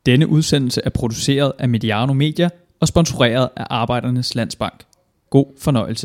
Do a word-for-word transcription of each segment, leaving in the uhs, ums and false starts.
Denne udsendelse er produceret af Mediano Media og sponsoreret af Arbejdernes Landsbank. God fornøjelse.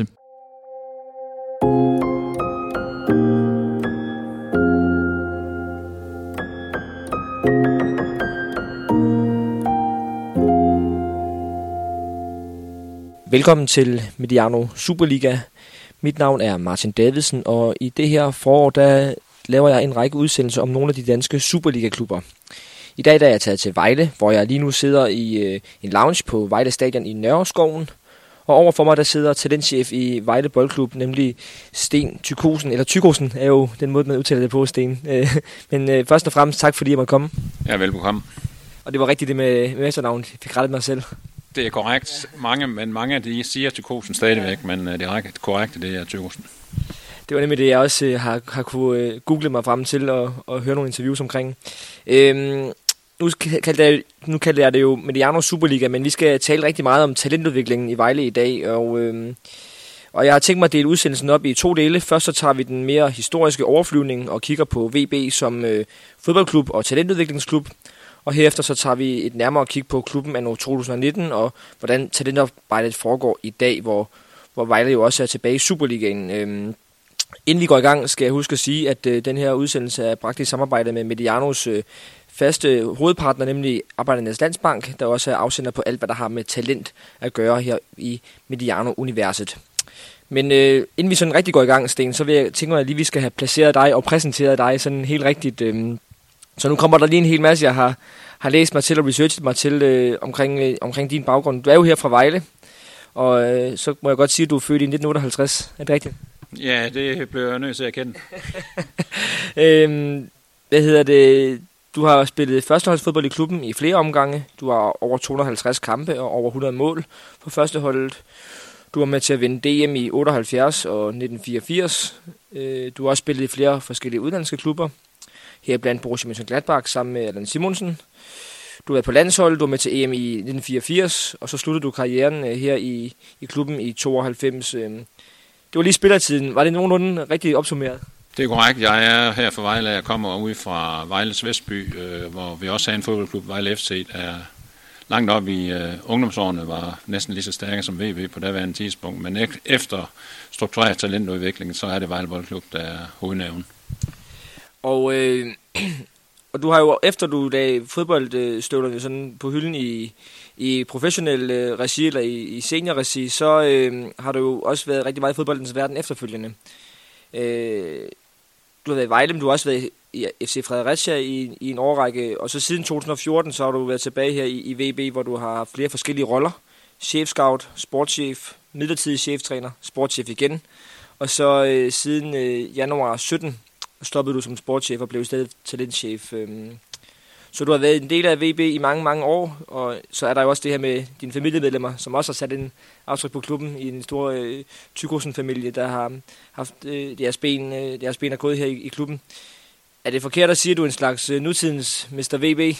Velkommen til Mediano Superliga. Mit navn er Martin Davidsen, og i det her forår der laver jeg en række udsendelser om nogle af de danske Superliga-klubber. I dag der er jeg taget til Vejle, hvor jeg lige nu sidder i øh, en lounge på Vejle Stadion i Nørreskoven. Og overfor mig der sidder talentchef i Vejle Boldklub, nemlig Sten Tykosen. Eller Tykosen er jo den måde, man udtaler det på, Sten. Men øh, først og fremmest tak, fordi jeg måtte komme. Ja, velbekomme. Og det var rigtigt det med, med efternavnet. Jeg fik rettet mig selv. Det er korrekt, mange, men mange af de siger Tykosen stadigvæk, men det er korrekt, det er Tykosen. Det var nemlig det, jeg også øh, har, har kunne øh, google mig frem til og, og høre nogle interviews omkring. Øhm, nu, kaldte jeg, nu kaldte jeg det jo Mediano Superliga, men vi skal tale rigtig meget om talentudviklingen i Vejle i dag. Og, øhm, og jeg har tænkt mig at dele udsendelsen op i to dele. Først så tager vi den mere historiske overflyvning og kigger på V B som øh, fodboldklub og talentudviklingsklub. Og herefter så tager vi et nærmere kig på klubben anno to tusind nitten og hvordan talentarbejdet foregår i dag, hvor, hvor Vejle jo også er tilbage i Superligaen. Øhm, inden vi går i gang, skal jeg huske at sige, at øh, den her udsendelse er bragt i samarbejde med Medianos øh, faste hovedpartner, nemlig Arbejdernes Landsbank, der også er afsender på alt, hvad der har med talent at gøre her i Mediano-universet. Men øh, inden vi sådan rigtig går i gang, Sten, så vil jeg tænke mig, at lige vi skal have placeret dig og præsenteret dig sådan helt rigtigt. Øh, Så nu kommer der lige en hel masse, jeg har, har læst mig til og researchet mig til øh, omkring, øh, omkring din baggrund. Du er jo her fra Vejle, og øh, så må jeg godt sige, at du er født i nitten otteoghalvtreds. Er det rigtigt? Ja, det bliver jeg nødt til at kende. øhm, hvad hedder det? Du har spillet førsteholdsfodbold i klubben i flere omgange. Du har over to hundrede og halvtreds kampe og over hundrede mål på førsteholdet. Du var med til at vinde D M i otteoghalvfjerds og nitten fireogfirs. Øh, du har også spillet i flere forskellige udenlandske klubber. Her blandt Borussia Mönchengladbach sammen med Allan Simonsen. Du var på landsholdet, du var med til E M i nitten fireogfirs, og så sluttede du karrieren her i, i klubben i tooghalvfems. Det var lige spillertiden. Var det nogenlunde rigtig opsummeret? Det er korrekt. Jeg er her fra Vejle. Jeg kommer ud fra Vejles Vestby, hvor vi også har en fodboldklub, Vejle F C, der langt op i uh, ungdomsårene var næsten lige så stærke som V B på daværende tidspunkt. Men efter struktureret talentudvikling, så er det Vejle Boldklub, der er hovednævnen. Og, øh, og du har jo, efter du lagde fodboldstøvlerne sådan på hylden i, i professionel øh, regi eller i, i seniorregi, så øh, har du jo også været rigtig meget i fodboldens verden efterfølgende. Øh, du har været i Vejle, men du har også været i F C Fredericia i, i en årrække, og så siden to tusind og fjorten, så har du været tilbage her i, i V B, hvor du har flere forskellige roller. Chefscout, sportschef, midlertidig cheftræner, sportschef igen, og så øh, siden øh, januar sytten, stoppede du som sportschef og blev stadig talentchef. Så du har været en del af V B i mange, mange år, og så er der jo også det her med dine familiemedlemmer, som også har sat en aftryk på klubben i en stor øh, Tykosen-familie, der har haft øh, deres, ben, øh, deres ben er gået her i, i klubben. Er det forkert at sige, at du er en slags øh, nutidens mister V B?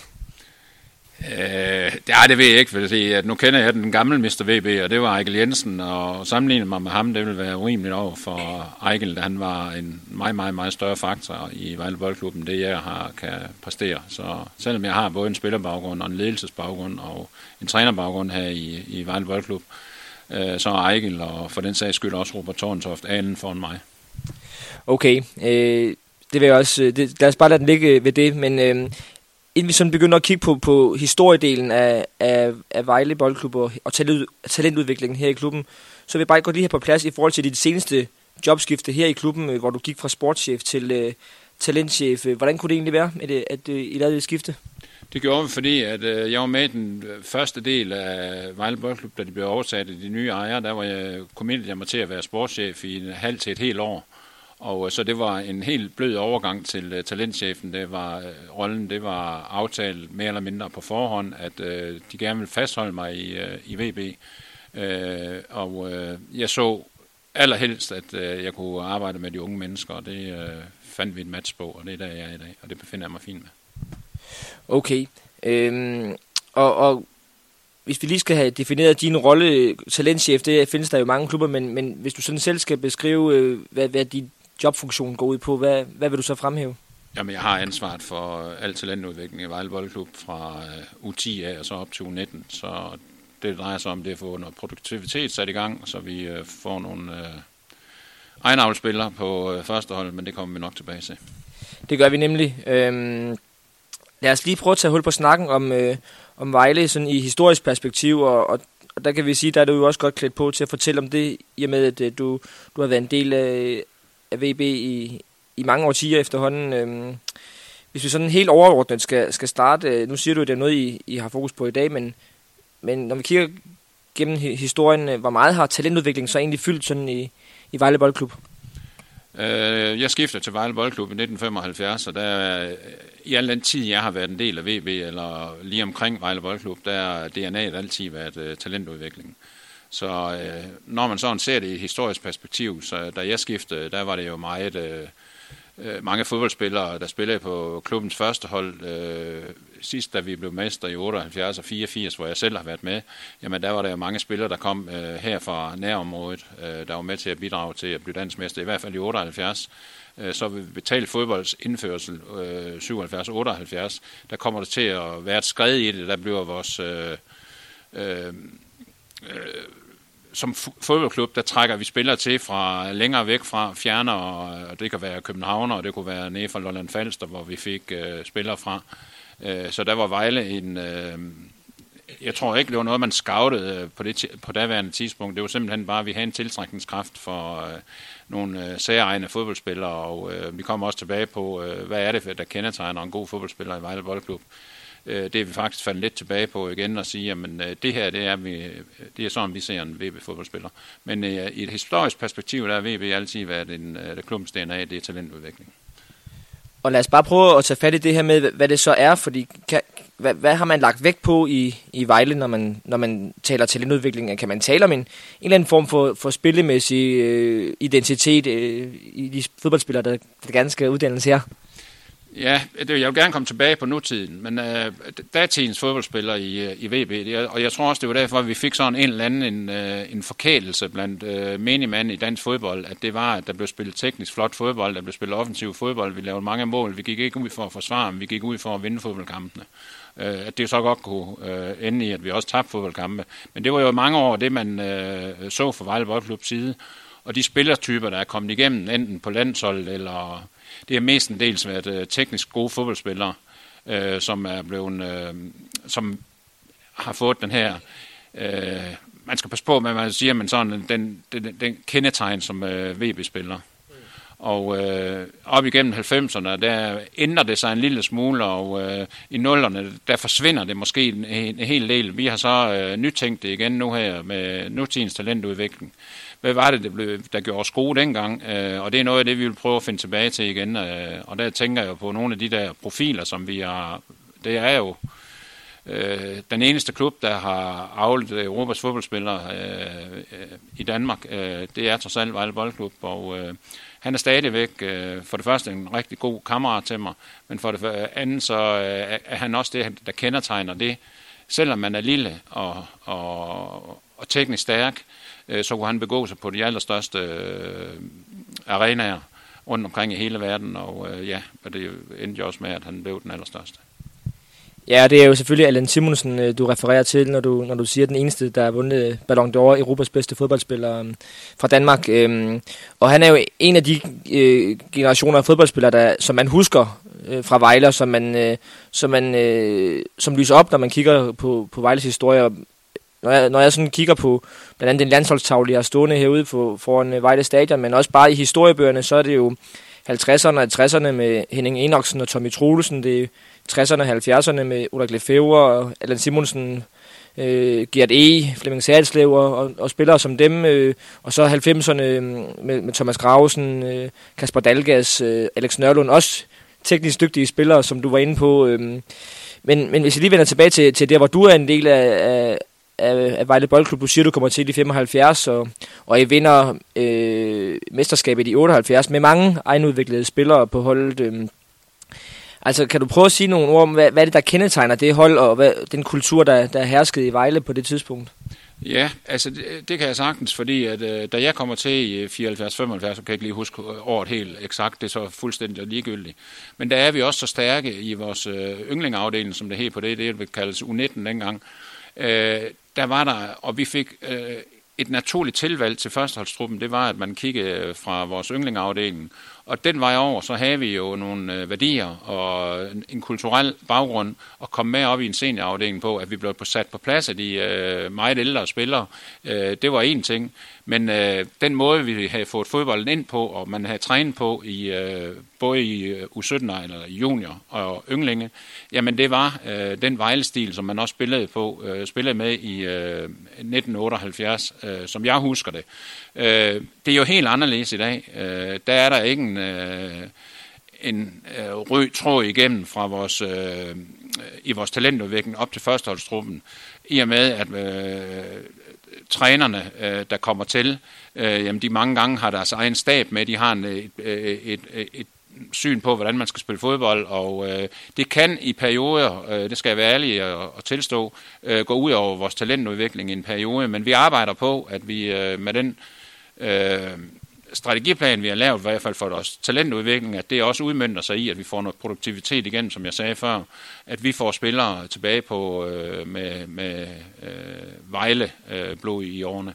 Øh, det, er, det ved jeg ikke, fordi at nu kender jeg den gamle mister V B, og det var Ejgil Jensen, og sammenlignet mig med ham, det ville være urimeligt over for Ejgil, da han var en meget, meget, meget større faktor i Vejle Boldklubben, det jeg har, kan præstere. Så selvom jeg har både en spillerbaggrund og en ledelsesbaggrund og en trænerbaggrund her i, i Vejle Boldklub, øh, så er Ejgil og for den sags skyld også Robert Torntoft anden foran mig. Okay, øh, det vil jeg også, det, lad os bare lade den ligge ved det, men øh, inden vi sådan begynder at kigge på, på historiedelen af, af, af Vejle Boldklub og, og talentudviklingen her i klubben, så vil jeg bare gå lige her på plads i forhold til dit seneste jobskifte her i klubben, hvor du gik fra sportschef til uh, talentchef. Hvordan kunne det egentlig være, at, at uh, I lavede det skifte? Det gjorde vi, fordi at, uh, jeg var med i den første del af Vejle Boldklub, da de blev oversat af de nye ejere. Der var jeg kommet jeg mig til at være sportschef i en halv til et helt år. Og så det var en helt blød overgang til uh, talentchefen. Det var uh, rollen, det var aftalt mere eller mindre på forhånd, at uh, de gerne ville fastholde mig i, uh, i V B. Uh, og uh, jeg så allerhelst, at uh, jeg kunne arbejde med de unge mennesker, og det uh, fandt vi et match på, og det er der, jeg er i dag, og det befinder jeg mig fint med. Okay. Øhm, og, og hvis vi lige skal have defineret din rolle, talentchef, det findes der jo mange klubber, men, men hvis du sådan selv skal beskrive, øh, hvad, hvad din jobfunktion går ud på, hvad, hvad vil du så fremhæve? Jamen, jeg har ansvaret for al talentudvikling i Vejle Boldklub fra U ti af og så op til U nitten, så det drejer sig om det at få noget produktivitet sat i gang, så vi får nogle øh, egenavlspillere på øh, første hold, men det kommer vi nok tilbage til. Det gør vi nemlig. Øhm, lad os lige prøve at tage hul på snakken om, øh, om Vejle sådan i historisk perspektiv, og, og, og der kan vi sige, der er du jo også godt klædt på til at fortælle om det, i og med at øh, du, du har været en del af, af V B i, i mange årtier efterhånden. Øhm, hvis vi sådan helt overordnet skal, skal starte, øh, nu siger du, at det er noget, I, I har fokus på i dag, men, men når vi kigger gennem historien, øh, hvor meget har talentudvikling så egentlig fyldt sådan i, i Vejle Boldklub? Jeg skiftede til Vejle Boldklub i nitten femoghalvfjerds, og der, i al den tid, jeg har været en del af V B, eller lige omkring Vejle Boldklub, der har D N A'et altid været uh, talentudvikling. Så uh, når man sådan ser det i et historisk perspektiv, så da jeg skiftede, der var det jo meget uh, mange fodboldspillere, der spillede på klubbens første hold. Uh, sidst, da vi blev mester i otteoghalvfjerds og fireogfirs, hvor jeg selv har været med, jamen der var der jo mange spillere, der kom øh, her fra nærområdet, øh, der var med til at bidrage til at blive dansk mester, i hvert fald i otteoghalvfjerds. Øh, så vi betalte fodbolds indførsel øh, syvoghalvfjerds og otteoghalvfjerds, der kommer det til at være et skred i det, der bliver vores... Øh, øh, øh, som fodboldklub, der trækker vi spillere til fra længere væk fra, fjerner, og det kan være København, og det kunne være nede fra Lolland Falster, hvor vi fik øh, spillere fra. Så der var Vejle en, øh, jeg tror ikke, det var noget, man scoutede på det på daværende tidspunkt. Det var simpelthen bare, at vi havde en tiltrækningskraft for øh, nogle øh, særegne fodboldspillere, og øh, vi kommer også tilbage på, øh, hvad er det, der kendetegner en god fodboldspiller i Vejle Boldklub. Øh, det er vi faktisk faldet lidt tilbage på igen og sige, at øh, det her, det er, vi, det er sådan, vi ser en V B-fodboldspiller. Men øh, i et historisk perspektiv, der har V B altid været en øh, klubbens D N A, det er talentudvikling. Og lad os bare prøve at tage fat i det her med, hvad det så er, fordi kan, hvad, hvad har man lagt vægt på i, i Vejle, når man, når man taler talentudvikling? Kan man tale om en, en eller anden form for, for spillemæssig øh, identitet øh, i de fodboldspillere, der, der gerne skal uddannes her? Ja, det, jeg vil gerne komme tilbage på nutiden, men øh, datidens fodboldspillere i, i V B, det, og jeg tror også, det var derfor, at vi fik sådan en eller anden en, øh, en forkælelse blandt øh, menigmænd i dansk fodbold, at det var, at der blev spillet teknisk flot fodbold, der blev spillet offensiv fodbold, vi lavede mange mål, vi gik ikke ud for at forsvare, men vi gik ud for at vinde fodboldkampene. Øh, at det så godt kunne øh, ende i, at vi også tabte fodboldkampe. Men det var jo mange år det, man øh, så fra Vejle Boldklubs side, og de spillertyper, der er kommet igennem, enten på landshold eller... Det er mestendels været øh, teknisk gode fodboldspillere, øh, som er blevet, øh, som har fået den her. Øh, man skal passe på, hvad man siger, men sådan den, den, den kendetegn som øh, V B-spiller. Mm. Og øh, op igennem halvfemserne, der ændrer det sig en lille smule, og øh, i nullerne, der forsvinder det måske en, en, en hel del. Vi har så øh, nytænkt det igen nu her med nutidens talentudvikling. Hvad var det, der, blev, der gjorde os gode dengang? Øh, og det er noget af det, vi vil prøve at finde tilbage til igen. Øh, og der tænker jeg jo på nogle af de der profiler, som vi har... Det er jo øh, den eneste klub, der har avlet Europas fodboldspillere øh, øh, i Danmark. Øh, det er trods alt Vejle Boldklub, og øh, han er stadigvæk øh, for det første en rigtig god kammerat til mig, men for det andet så øh, er han også det, der kendetegner det. Selvom man er lille og, og, og teknisk stærk, så kunne han begå sig på de allerstørste øh, arenaer rundt omkring i hele verden, og øh, ja, og det endte jo også med, at han blev den allerstørste. Ja, det er jo selvfølgelig Allan Simonsen, du refererer til, når du, når du siger, den eneste, der har vundet Ballon d'Or, Europas bedste fodboldspiller um, fra Danmark. Um, og han er jo en af de uh, generationer af fodboldspillere, der, som man husker uh, fra Vejle, som man, uh, som, man uh, som lyser op, når man kigger på, på Vejles historie. Når jeg, når jeg sådan kigger på blandt andet den landsholdstavle, jeg har stående herude for, foran Vejle Stadion, men også bare i historiebøgerne, så er det jo halvtredserne og tresserne med Henning Enoksen og Tommy Troelsen, det er tresserne og halvfjerdserne med Ulrik Lefebvre og Allan Simonsen, øh, Gert E., Flemming Salslev og, og spillere som dem, øh, og så halvfemserne med, med Thomas Gravesen, øh, Kasper Dalgas, øh, Alex Nørlund, også teknisk dygtige spillere, som du var inde på. Øh, men, men hvis jeg lige vender tilbage til, til der, hvor du er en del af, af af Vejle Boldklub. Du siger, du kommer til i femoghalvfjerds, og, og I vinder øh, mesterskabet i otteoghalvfjerds med mange egenudviklede spillere på holdet. Øh. Altså, kan du prøve at sige nogle ord om, hvad, hvad det der kendetegner det hold, og hvad, den kultur, der, der er hersket i Vejle på det tidspunkt? Ja, altså det, det kan jeg sagtens, fordi at, øh, da jeg kommer til i fireoghalvfjerds femoghalvfjerds, så kan jeg ikke lige huske året helt eksakt, det er så fuldstændig ligegyldigt. Men der er vi også så stærke i vores øh, yndlingeafdeling, som det hed på det, det vil kaldes U nitten dengang. Øh, der var der, og vi fik øh, et naturligt tilvalg til førsteholdstruppen, det var, at man kiggede fra vores yndlingeafdeling. Og den vej over, så havde vi jo nogle øh, værdier og en, en kulturel baggrund, og kom med op i en seniorafdeling på, at vi blev sat på plads af de øh, meget ældre spillere. Øh, det var en ting. Men øh, den måde, vi havde fået fodbolden ind på, og man havde trænet på, i øh, både i U sytten eller junior og ynglinge, jamen det var øh, den Vejle-stil, som man også spillede på, øh, spillede med i øh, nitten otteoghalvfjerds, øh, som jeg husker det. Øh, det er jo helt anderledes i dag. Øh, der er der ikke en, øh, en øh, rød tråd igennem fra vores, øh, i vores talentudvikling op til førsteholdstruppen, i og med, at øh, trænerne, øh, der kommer til, øh, jamen de mange gange har deres egen stab med, de har en, et, et, et, et syn på, hvordan man skal spille fodbold, og øh, det kan i perioder, øh, det skal jeg være ærlig og, og tilstå, øh, gå ud over vores talentudvikling i en periode, men vi arbejder på, at vi øh, med den øh, strategiplan, vi har lavet, i hvert fald for vores talentudvikling, at det også udmønter sig i, at vi får noget produktivitet igen, som jeg sagde før, at vi får spillere tilbage på øh, med, med øh, Vejle øh, blod i årene.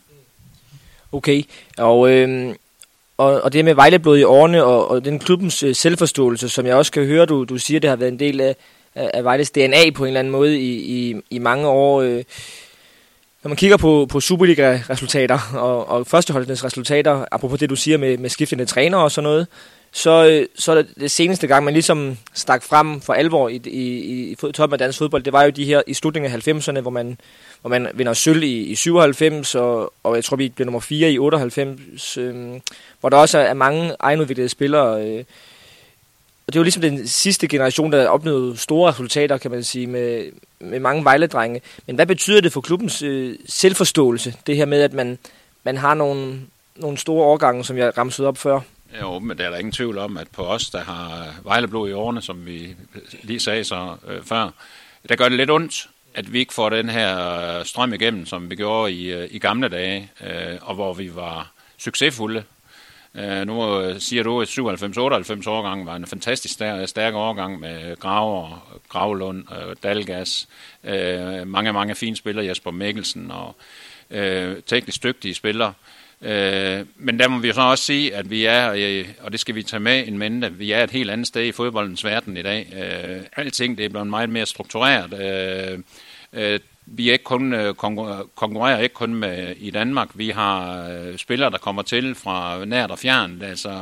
Okay, og, øh, og, og det med Vejle blod i årene, og, og den klubbens øh, selvforståelse, som jeg også kan høre, du, du siger, det har været en del af, af Vejles D N A på en eller anden måde i, i, i mange år. Øh, Når man kigger på, på Superliga-resultater og, og førsteholdets resultater, apropos det, du siger med, med skiftende trænere og sådan noget, så, så er det, det seneste gang, man ligesom stak frem for alvor i, i, i toppen af dansk fodbold, det var jo de her i slutningen af halvfemserne, hvor man, hvor man vinder sølv i, i syvoghalvfems, og, og jeg tror, vi bliver nummer fire i otteoghalvfems, øh, hvor der også er mange egenudviklede spillere. Øh, og det er jo ligesom den sidste generation, der opnåede store resultater, kan man sige, med, med mange Vejle-drenge. Men hvad betyder det for klubbens øh, selvforståelse, det her med, at man, man har nogle, nogle store årgange, som jeg ramsede op før? Jo, men der er der ingen tvivl om, at på os, der har Vejleblod i årene, som vi lige sagde så øh, før, der gør det lidt ondt, at vi ikke får den her strøm igennem, som vi gjorde i, øh, i gamle dage, øh, og hvor vi var succesfulde. Uh, nu siger du, at syvoghalvfems otteoghalvfems årgang var en fantastisk stærk, stærk årgang med Graver, Gravlund, uh, Dalgas, uh, mange, mange fine spillere, Jesper Mikkelsen og uh, teknisk dygtige spillere. Uh, men der må vi jo så også sige, at vi er, og det skal vi tage med en mente, vi er et helt andet sted i fodboldens verden i dag. Uh, alting det er blevet meget mere struktureret. Uh, uh, Vi er ikke kun konkurrerer ikke kun med i Danmark. Vi har øh, spillere, der kommer til fra nært og fjernt. Altså,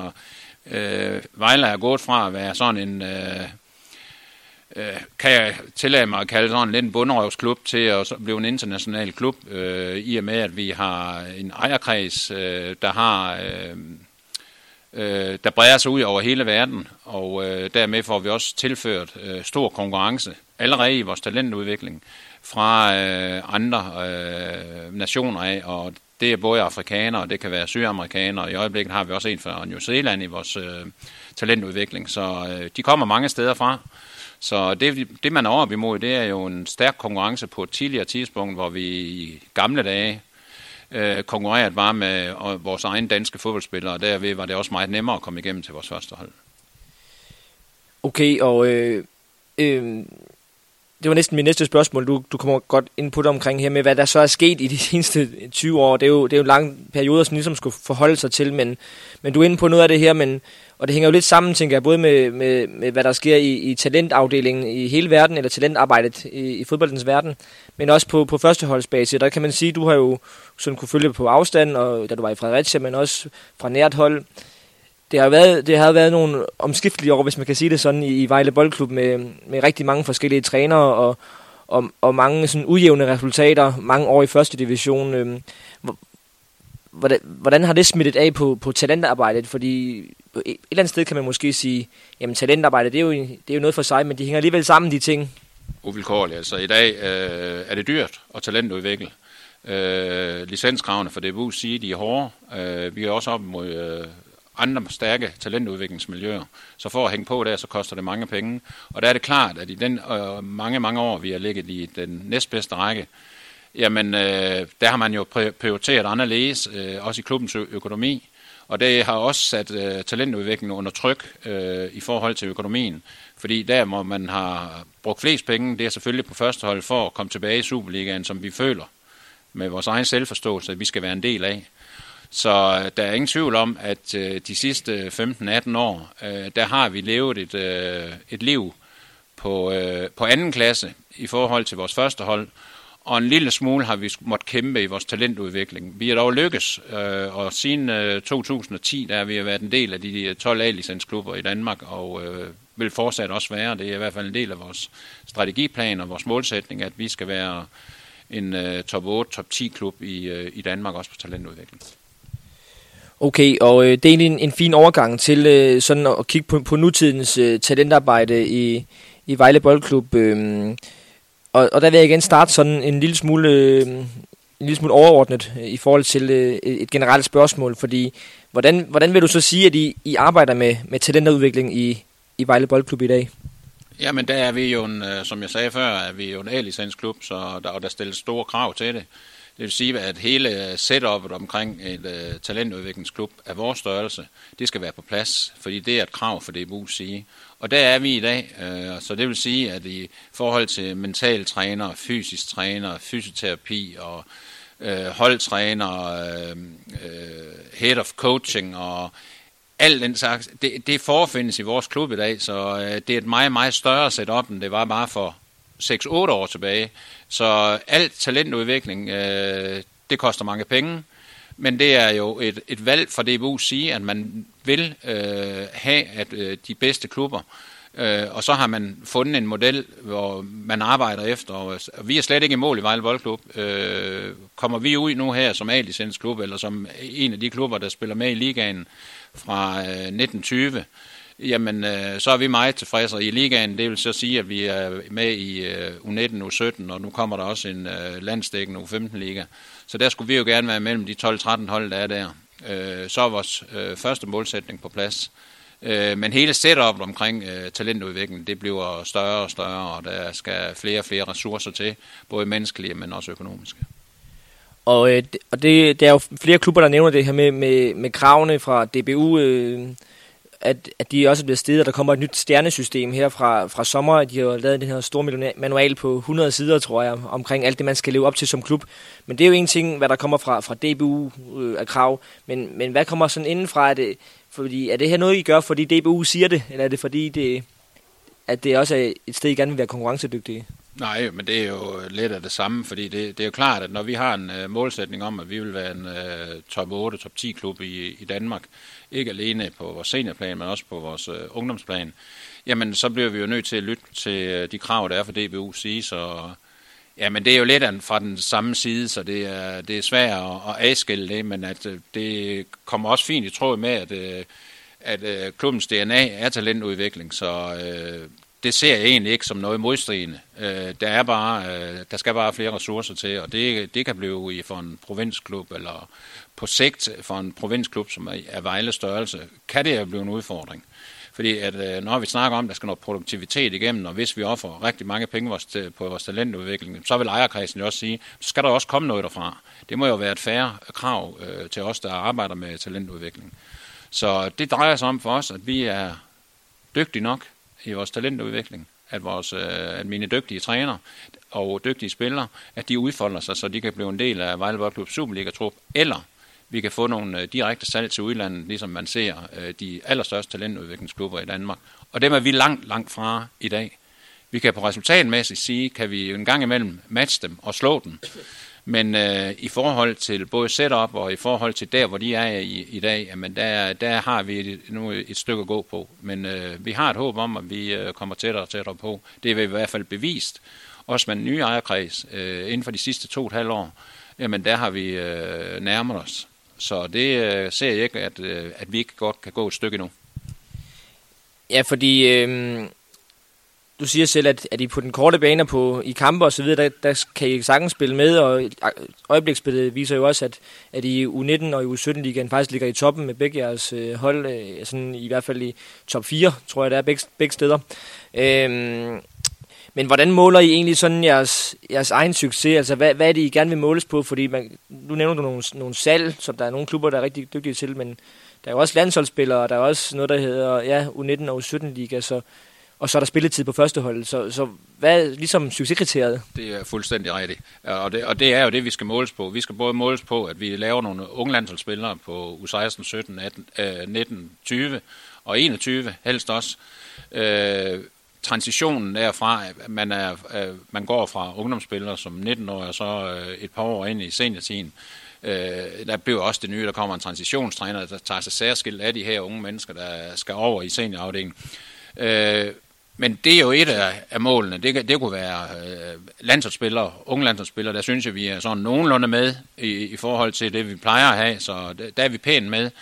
øh, Vejle er gået fra at være sådan en, øh, øh, kan jeg tillade mig at kalde sådan lidt en bunderøvsklub, til at blive en international klub, øh, i og med, at vi har en ejerkreds, øh, der har øh, øh, der breder sig ud over hele verden, og øh, dermed får vi også tilført øh, stor konkurrence allerede i vores talentudvikling fra øh, andre øh, nationer af, og det er både afrikanere, og det kan være sydamerikanere, og i øjeblikket har vi også en fra New Zealand i vores øh, talentudvikling, så øh, de kommer mange steder fra. Så det, det man er over imod, det er jo en stærk konkurrence på et tidligere tidspunkt, hvor vi i gamle dage øh, konkurrerede bare med vores egne danske fodboldspillere, og derved var det også meget nemmere at komme igennem til vores første hold. Okay, og øh, øh, det var næsten mit næste spørgsmål. Du, du kommer godt ind på det omkring her med, hvad der så er sket i de seneste tyve år. Det er jo, det er jo lange perioder, som ligesom skulle forholde sig til, men, men du er inde på noget af det her, men, og det hænger jo lidt sammen, tænker jeg, både med, med, med hvad der sker i, i talentafdelingen i hele verden, eller talentarbejdet i, i fodboldens verden, men også på, på førsteholdsbasis. Der kan man sige, du har jo sådan kunne følge på afstand, og da du var i Fredericia, men også fra nært hold. Det har været, det har været nogle omskiftelige år, hvis man kan sige det sådan, i, i Vejle Boldklub med, med rigtig mange forskellige trænere og, og, og mange sådan ujævne resultater, mange år i første division. Øhm, hvordan, hvordan har det smittet af på, på talentarbejdet? Fordi et eller andet sted kan man måske sige, jamen talentarbejdet, det er jo, det er jo noget for sig, men de hænger alligevel sammen, de ting. Uvilkårligt. Altså i dag øh, er det dyrt at talentudvikle. Øh, licenskravene for D B U siger, de er hårde. Øh, vi er også op mod Øh, andre stærke talentudviklingsmiljøer. Så for at hænge på der, så koster det mange penge. Og der er det klart, at i den øh, mange, mange år, vi har ligget i den næstbedste række, jamen øh, der har man jo prioriteret anderledes, øh, også i klubbens ø- økonomi. Og det har også sat øh, talentudviklingen under tryk øh, i forhold til økonomien. Fordi der, hvor man har brugt flest penge, det er selvfølgelig på første hold for at komme tilbage i Superligaen, som vi føler med vores egen selvforståelse, at vi skal være en del af. Så der er ingen tvivl om, at øh, de sidste femten atten år, øh, der har vi levet et, øh, et liv på, øh, på anden klasse i forhold til vores første hold. Og en lille smule har vi måttet kæmpe i vores talentudvikling. Vi har dog lykkes, øh, og siden øh, to tusind og ti, der har vi været en del af de tolv A-licensklubber i Danmark, og øh, vil fortsat også være. Det er i hvert fald en del af vores strategiplan og vores målsætning, at vi skal være en øh, top otte, top ti klub i, øh, i Danmark, også på talentudvikling. Okay, og øh, det er egentlig en, en fin overgang til øh, sådan at kigge på, på nutidens øh, talentarbejde i, i Vejle Boldklub. Øh, og, og der vil jeg igen starte sådan en lille smule, øh, en lille smule overordnet øh, i forhold til øh, et generelt spørgsmål, fordi hvordan, hvordan vil du så sige, at I, I arbejder med, med talentudvikling i, i Vejle Boldklub i dag? Jamen der er vi jo, en, som jeg sagde før, er vi jo en A-licensklub, så der, og der stilles store krav til det. Det vil sige, at hele setupet omkring et uh, talentudviklingsklub af vores størrelse, det skal være på plads, fordi det er et krav for D B U's side. Og der er vi i dag, uh, så det vil sige, at i forhold til mental træner, fysisk træner, fysioterapi og uh, holdtræner, uh, uh, head of coaching og alt den slags, det, det forefindes i vores klub i dag, så uh, det er et meget, meget større setup, end det var bare for seks otte år tilbage. Så alt talentudvikling, øh, det koster mange penge, men det er jo et, et valg fra D B U's side, at man vil øh, have at, øh, de bedste klubber. Øh, og så har man fundet en model, hvor man arbejder efter, og vi er slet ikke i mål i Vejle Boldklub. Øh, kommer vi ud nu her som A-licensklub, eller som en af de klubber, der spiller med i ligaen fra øh, nitten tyve, jamen øh, så er vi meget tilfredse i ligaen. Det vil så sige, at vi er med i øh, U nitten, U sytten, og nu kommer der også en øh, landsdækkende U femten liga. Så der skulle vi jo gerne være mellem de tolv tretten hold, der er der. Øh, så er vores øh, første målsætning på plads. Øh, men hele setupet omkring øh, talentudvikling, det bliver større og større, og der skal flere og flere ressourcer til, både menneskelige, men også økonomiske. Og, øh, og det, der er jo flere klubber, der nævner det her med, med, med kravene fra D B U, øh, at, at de også er blevet steget, og der kommer et nyt stjernesystem her fra, fra sommer. De har jo lavet den her store manual på hundrede sider, tror jeg, omkring alt det, man skal leve op til som klub. Men det er jo en ting, hvad der kommer fra, fra D B U øh, af krav. Men, men hvad kommer sådan indenfra? Er det, fordi, er det her noget, I gør, fordi D B U siger det, eller er det fordi, det, at det også er et sted, I gerne vil være konkurrencedygtige? Nej, men det er jo lidt af det samme, fordi det, det er jo klart, at når vi har en uh, målsætning om, at vi vil være en uh, top otte, top ti klub i, i Danmark, ikke alene på vores seniorplan, men også på vores uh, ungdomsplan, jamen så bliver vi jo nødt til at lytte til uh, de krav, der er for D B U's side, så jamen det er jo lidt fra den samme side, så det er, det er svært at, at adskille det, men at uh, det kommer også fint i tråd med, at, uh, at uh, klubbens D N A er talentudvikling, så uh, det ser jeg egentlig ikke som noget modstridende. Øh, der er bare, øh, der skal bare flere ressourcer til, og det, det kan blive i for en provinsklub, eller på sigt for en provinsklub, som er, er Vejles størrelse, kan det jo blive en udfordring. Fordi at, øh, når vi snakker om, at der skal noget produktivitet igennem, og hvis vi offer rigtig mange penge på vores talentudvikling, så vil ejerkredsen jo også sige, så skal der også komme noget derfra. Det må jo være et fair krav øh, til os, der arbejder med talentudvikling. Så det drejer sig om for os, at vi er dygtige nok i vores talentudvikling, at, vores, at mine dygtige trænere og dygtige spillere, at de udfolder sig, så de kan blive en del af Vejle Boldklub Superliga-trup, eller vi kan få nogle direkte salg til udlandet, ligesom man ser de allerstørste talentudviklingsklubber i Danmark. Og dem er vi langt, langt fra i dag. Vi kan på resultatmæssigt sige, kan vi en gang imellem matche dem og slå dem. Men øh, i forhold til både setup og i forhold til der, hvor de er i, i dag, jamen der, der har vi nu et stykke at gå på. Men øh, vi har et håb om, at vi øh, kommer tættere og tættere på. Det er vi i hvert fald bevist. Også med en ny ejerkreds øh, inden for de sidste to og et halvt år, jamen der har vi øh, nærmet os. Så det øh, ser jeg ikke, at, øh, at vi ikke godt kan gå et stykke endnu. Ja, fordi Øh... du siger selv, at, at I på den korte bane på, i kampe og så videre, der, der kan I sagtens spille med, og øjebliksspillet viser jo også, at, at I U nitten og i U sytten ligaen faktisk ligger i toppen med begge jeres øh, hold, øh, sådan i hvert fald i top fire, tror jeg, der er begge, begge steder. Øhm, Men hvordan måler I egentlig sådan jeres, jeres egen succes? Altså, hvad, hvad er det, I gerne vil måles på? Fordi man, nu nævner du nogle, nogle salg, som der er nogle klubber, der er rigtig dygtige til, men der er jo også landsholdsspillere, der er også noget, der hedder ja, U nitten og U sytten liga, så, og så er der spilletid på første hold. Så, så hvad er ligesom succeskriteriet? Det er fuldstændig rigtigt, og det, og det er jo det, vi skal måles på. Vi skal både måles på, at vi laver nogle unge landsholdsspillere på U seksten, sytten, atten, nitten, tyve og enogtyve, helst også. Øh, transitionen derfra, at man, er, øh, man går fra ungdomsspillere som nitten-årige og så øh, et par år ind i seniortiden. Øh, der bliver også det nye, der kommer en transitionstræner, der tager sig særskilt af de her unge mennesker, der skal over i seniorafdelingen. Øh, men det er jo et af, af målene. Det, det kunne være øh, landsholdsspillere, unge landsholdsspillere, der synes jeg, vi er sådan nogenlunde med i, i forhold til det, vi plejer at have, så der, der er vi pænt med.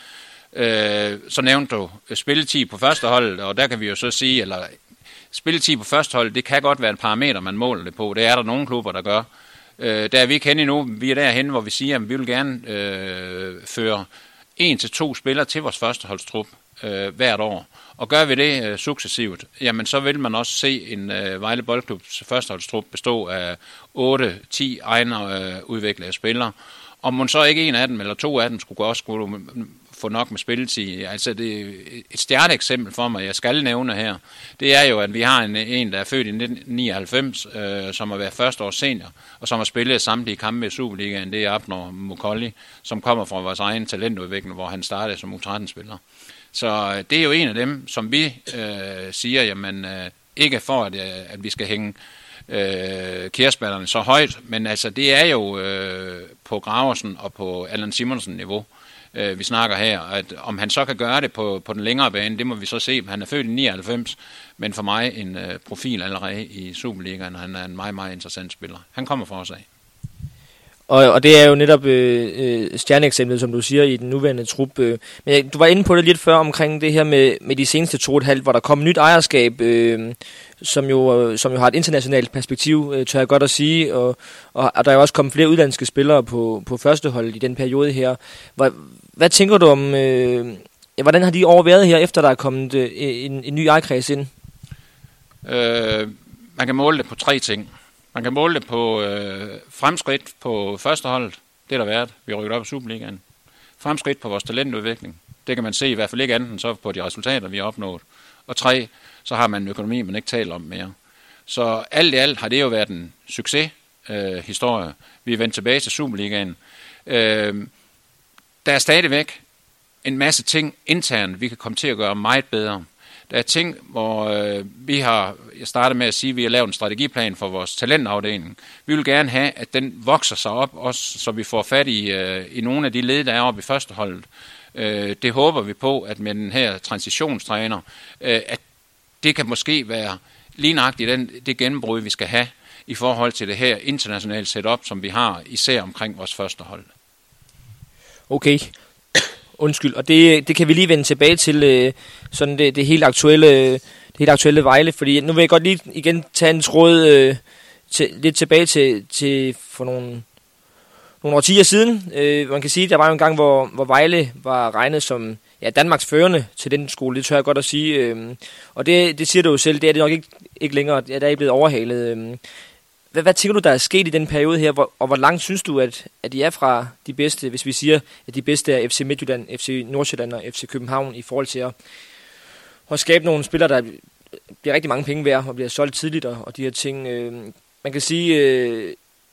Øh, så nævnte du spilletid på første hold, og der kan vi jo så sige, eller spilletid på første hold, det kan godt være et parameter, man måler det på. Det er der nogle klubber, der gør. Øh, der er vi ikke henne endnu. Vi er derhenne, hvor vi siger, at vi vil gerne øh, føre en til to spillere til vores førsteholdstrup øh, hvert år. Og gør vi det øh, successivt, jamen så vil man også se en øh, Vejle Boldklubs førsteholdstrup bestå af otte til ti egne øh, udviklede spillere. Om man så ikke en af dem eller to af dem skulle også skulle få nok med spilletid. Altså det er et stjerneeksempel for mig, jeg skal nævne her. Det er jo, at vi har en, en der er født i nitten nioghalvfems, øh, som har været første års senior, og som har spillet samtlige kampe i Superligaen. Det er Abner Mukolli, som kommer fra vores egen talentudvikling, hvor han startede som U tretten-spiller. Så det er jo en af dem, som vi øh, siger, jamen øh, ikke for, at, at vi skal hænge øh, Kirsbergerne så højt, men altså det er jo øh, på Graversen og på Allan Simonsen niveau, øh, vi snakker her. At om han så kan gøre det på, på den længere bane, det må vi så se. Han er født i nioghalvfems, men for mig en øh, profil allerede i Superligaen, og han er en meget, meget interessant spiller. Han kommer for os af. Og, og det er jo netop øh, øh, stjerneeksemplet, som du siger, i den nuværende trup. Øh. Men du var inde på det lidt før omkring det her med, med de seneste to og et halvt, hvor der kom nyt ejerskab, øh, som, jo, som jo har et internationalt perspektiv, øh, tør jeg godt at sige. Og, og, og der er jo også kommet flere udlandske spillere på, på førsteholdet i den periode her. Hvad, hvad tænker du om, øh, ja, hvordan har de år været her, efter der er kommet øh, en, en ny ejerkreds ind? Øh, man kan måle det på tre ting. Man kan måle det på øh, fremskridt på førsteholdet. Det er der været. Vi rykker op i Superligaen. Fremskridt på vores talentudvikling. Det kan man se i hvert fald ikke andet end så på de resultater, vi har opnået. Og tre, så har man en økonomi, man ikke taler om mere. Så alt i alt har det jo været en succeshistorie. Øh, vi er vendt tilbage til Superligaen. Øh, der er stadigvæk en masse ting internt, vi kan komme til at gøre meget bedre. Der er ting, hvor øh, vi har, jeg startede med at sige, at vi har lavet en strategiplan for vores talentafdeling. Vi vil gerne have, at den vokser sig op, også så vi får fat i, øh, i nogle af de led, der er oppe i førsteholdet. Øh, det håber vi på, at med den her transitionstræner, øh, at det kan måske være lige nøjagtigt den, det gennembrud, vi skal have i forhold til det her internationale setup, som vi har, især omkring vores førstehold. Okay. Undskyld, og det, det kan vi lige vende tilbage til, øh, sådan det, det, helt aktuelle, det helt aktuelle Vejle, fordi nu vil jeg godt lige igen tage en tråd øh, til, lidt tilbage til, til for nogle, nogle årtier siden. Øh, man kan sige, at der var jo en gang, hvor, hvor Vejle var regnet som ja, Danmarks førende til den skole, det tør jeg godt at sige. Øh, og det, det siger du jo selv, det er det nok ikke, ikke længere, ja, der er I blevet overhalet. Øh. Hvad, hvad tænker du, der er sket i den periode her, hvor, og hvor langt synes du, at, at de er fra de bedste, hvis vi siger, at de bedste er F C Midtjylland, F C Nordsjælland og F C København, i forhold til at, at skabe nogle spillere, der bliver rigtig mange penge værd, og bliver solgt tidligt, og, og de her ting. Øh, man kan sige, øh,